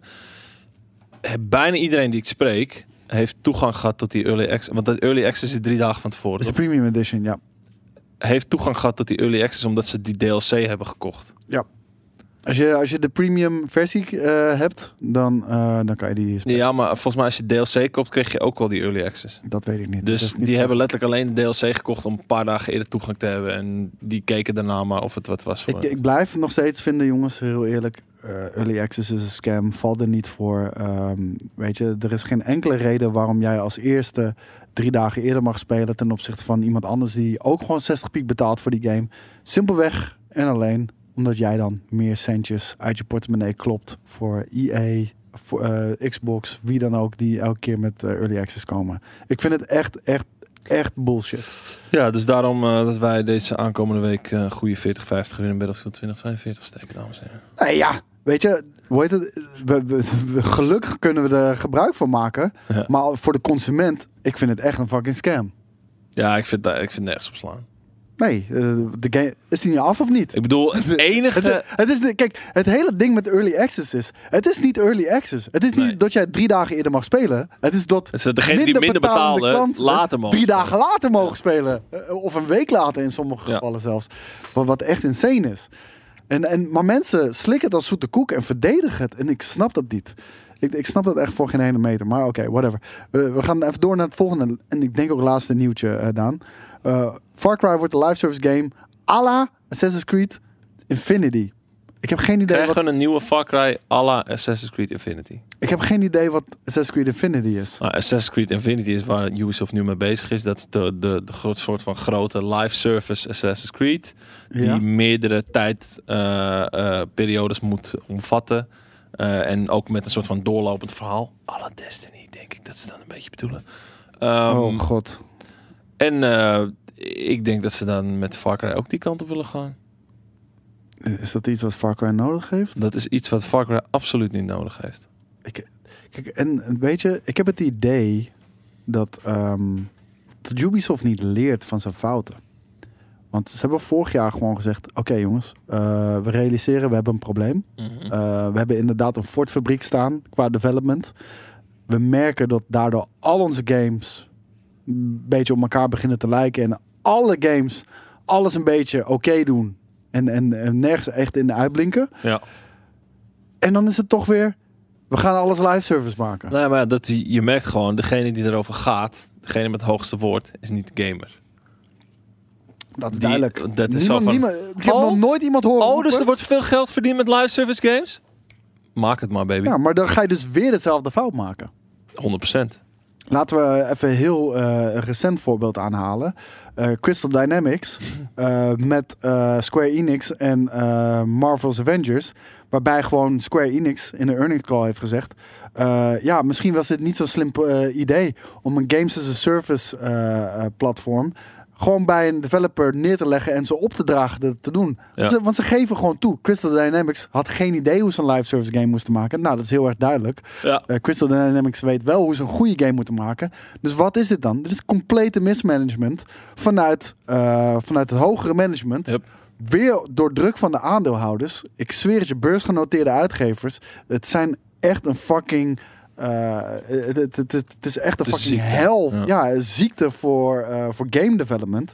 Bijna iedereen die ik spreek heeft toegang gehad tot die early access. Want dat early access is drie dagen van tevoren. Dat is de toch? premium edition, ja. Heeft toegang gehad tot die early access omdat ze die D L C hebben gekocht. Ja. Als je, als je de premium versie uh, hebt, dan, uh, dan kan je die spelen. Ja, maar volgens mij als je D L C koopt, kreeg je ook wel die early access. Dat weet ik niet. Dus Dat is niet die zo. hebben letterlijk alleen de D L C gekocht om een paar dagen eerder toegang te hebben. En die keken daarna maar of het wat was voor Ik, ik blijf nog steeds vinden, jongens, heel eerlijk. Uh, early access is een scam. Val er niet voor. Um, weet je, er is geen enkele reden waarom jij als eerste drie dagen eerder mag spelen ten opzichte van iemand anders die ook gewoon zestig piek betaalt voor die game. Simpelweg en alleen omdat jij dan meer centjes uit je portemonnee klopt voor E A, voor uh, Xbox, wie dan ook die elke keer met uh, early access komen. Ik vind het echt, echt, echt bullshit. Ja, dus daarom uh, dat wij deze aankomende week uh, goede veertig, vijftig uur in Battlefield twintig tweeënveertig steken, dames en heren. Nee, ja, weet je, hoe heet het? We, we, we, gelukkig kunnen we er gebruik van maken. Ja. Maar voor de consument, ik vind het echt een fucking scam. Ja, ik vind, ik vind nergens op slaan. Nee, uh, de game, is die niet af of niet? Ik bedoel, het enige... Het, het is de, kijk, het hele ding met early access is, het is niet early access. Het is niet Nee. dat jij drie dagen eerder mag spelen. Het is dat Het is degene die minder betalende betaalde klanten later mogen drie spelen. dagen later mogen spelen. Uh, Of een week later in sommige Ja. gevallen zelfs. Wat, wat echt insane is. En, en, maar mensen slikken het als zoete koek en verdedigen het. En ik snap dat niet. Ik, ik snap dat echt voor geen ene meter. Maar oké, okay, whatever. We, we gaan even door naar het volgende. En ik denk ook laatste nieuwtje, uh, Daan. Uh, Far Cry wordt een live service game à la Assassin's Creed Infinity. Ik heb geen idee Krijgen wat, we een nieuwe Far Cry à la Assassin's Creed Infinity. ik heb geen idee wat Assassin's Creed Infinity is. Nou, Assassin's Creed Infinity is waar Ubisoft nu mee bezig is. Dat is de, de, de groot soort van grote live service Assassin's Creed. Die Ja. meerdere tijdperiodes uh, uh, moet omvatten. Uh, en ook met een soort van doorlopend verhaal. À la Destiny, denk ik dat ze dan een beetje bedoelen. Um, Oh god. En uh, ik denk dat ze dan met Far Cry ook die kant op willen gaan. Is dat iets wat Far Cry nodig heeft? Dat is iets wat Far Cry absoluut niet nodig heeft. Ik, kijk, en weet je, ik heb het idee dat, um, dat Ubisoft niet leert van zijn fouten. Want ze hebben vorig jaar gewoon gezegd, oké okay, jongens, uh, we realiseren, we hebben een probleem. Mm-hmm. Uh, we hebben inderdaad een Ford-fabriek staan qua development. We merken dat daardoor al onze games een beetje op elkaar beginnen te lijken. En alle games alles een beetje oké okay doen. En, en, en nergens echt in uitblinken. Ja. En dan is het toch weer, we gaan alles live service maken. Nee, maar dat, je merkt gewoon, degene die erover gaat, degene met het hoogste woord, is niet de gamer. Dat is Die- duidelijk. dat is niemand, zo van, niemand, ik heb oh, nog nooit iemand horen Oh, dus roepen. er wordt veel geld verdiend met live service games? Maak het maar, baby. Ja, maar dan ga je dus weer hetzelfde fout maken. honderd procent. Laten we even heel uh, een recent voorbeeld aanhalen. Uh, Crystal Dynamics uh, met uh, Square Enix en uh, Marvel's Avengers. Waarbij gewoon Square Enix in een earnings call heeft gezegd... Uh, ja, misschien was dit niet zo'n slim uh, idee om een Games as a Service uh, uh, platform gewoon bij een developer neer te leggen en ze op te dragen dat te doen. Ja. Want, ze, want ze geven gewoon toe. Crystal Dynamics had geen idee hoe ze een live service game moesten maken. Nou, dat is heel erg duidelijk. Ja. Uh, Crystal Dynamics weet wel hoe ze een goede game moeten maken. Dus wat is dit dan? Dit is complete mismanagement vanuit, uh, vanuit het hogere management. Yep. Weer door druk van de aandeelhouders. Ik zweer het je, beursgenoteerde uitgevers. Het zijn echt een fucking... Uh, het, het, het, het is echt een Het is fucking ziekte. hel. Ja. Ja, een ziekte voor, uh, voor game development.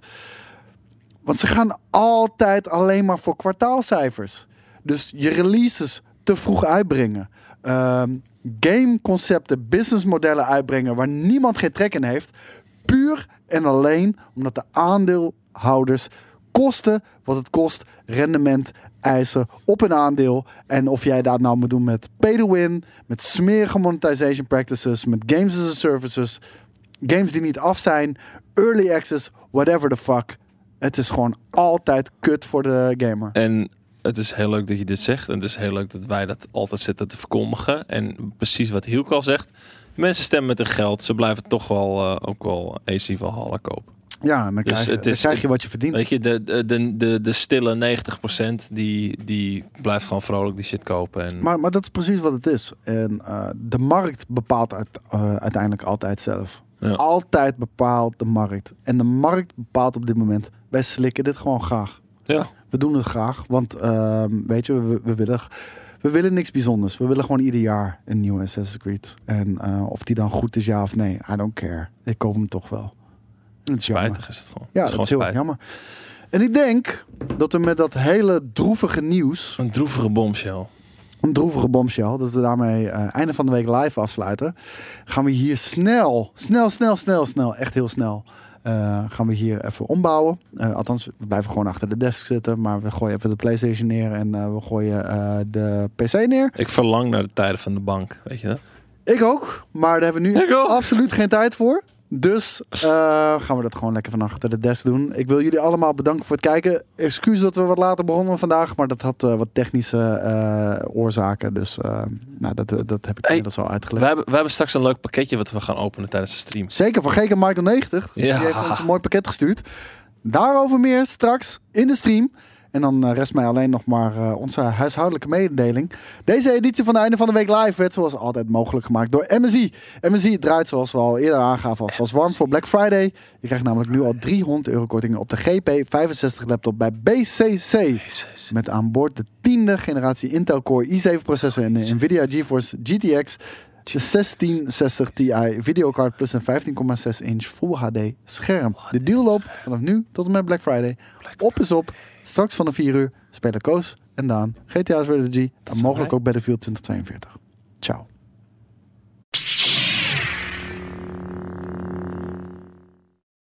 Want ze gaan altijd alleen maar voor kwartaalcijfers. Dus je releases te vroeg uitbrengen. Um, gameconcepten, businessmodellen uitbrengen waar niemand geen trek in heeft. Puur en alleen omdat de aandeelhouders kosten wat het kost, rendement eisen op een aandeel. En of jij dat nou moet doen met pay to win, met smerige monetization practices, met games as a services, games die niet af zijn, early access, whatever the fuck. Het is gewoon altijd kut voor de gamer. En het is heel leuk dat je dit zegt. En het is heel leuk dat wij dat altijd zitten te verkondigen. En precies wat Hielke al zegt. Mensen stemmen met hun geld. Ze blijven toch wel uh, ook wel A C Valhalla kopen. Ja, dan, Dus krijg, je, het dan is- krijg je wat je verdient. Weet je, de, de, de, de, de stille negentig procent die, die blijft gewoon vrolijk die shit kopen. En Maar, maar dat is precies wat het is. En uh, de markt bepaalt uit, uh, uiteindelijk altijd zelf. Ja. Altijd bepaalt de markt. En de markt bepaalt op dit moment. Wij slikken dit gewoon graag. ja, We doen het graag. Want uh, weet je, we, we, willen, we willen niks bijzonders. We willen gewoon ieder jaar een nieuwe Assassin's Creed. En uh, of die dan goed is, ja of nee. I don't care. Ik koop hem toch wel. En het is jammer. spijtig is het gewoon. Ja, Het dat is gewoon heel erg spijtig. jammer. En ik denk dat we met dat hele droevige nieuws... Een droevige bombshell. een droevige bombshell, dat we daarmee uh, einde van de week live afsluiten, gaan we hier snel, snel, snel, snel, snel, echt heel snel, uh, gaan we hier even ombouwen. Uh, althans, we blijven gewoon achter de desk zitten, maar we gooien even de PlayStation neer en uh, we gooien uh, de P C neer. Ik verlang naar de tijden van de bank. Weet je dat? Ik ook, maar daar hebben we nu Ik ook. absoluut geen tijd voor. Dus uh, gaan we dat gewoon lekker van achter de desk doen. Ik wil jullie allemaal bedanken voor het kijken. Excuus dat we wat later begonnen vandaag, maar dat had uh, wat technische uh, oorzaken. Dus uh, nou, dat, dat heb ik Hey, inmiddels al We uitgelegd. hebben, we hebben straks een leuk pakketje wat we gaan openen tijdens de stream. Zeker, van G K Michael negentig. Ja. Die heeft ons een mooi pakket gestuurd. Daarover meer straks in de stream. En dan uh, rest mij alleen nog maar uh, onze huishoudelijke mededeling. Deze editie van de Einde van de Week Live werd zoals altijd mogelijk gemaakt door M S I. M S I draait zoals we al eerder aangaven alvast warm voor Black Friday. Je krijgt namelijk nu al driehonderd euro kortingen op de G P vijfenzestig laptop bij B C C. Met aan boord de tiende generatie Intel Core i zeven processor en de Nvidia GeForce G T X. De zestien zestig Ti videocard plus een vijftien komma zes inch Full H D scherm. De deal loopt vanaf nu tot en met Black Friday. Op is op. Straks van de vier uur spelen Koos en Daan G T A's Rated G. En mogelijk ook Battlefield twintig tweeënveertig. Ciao.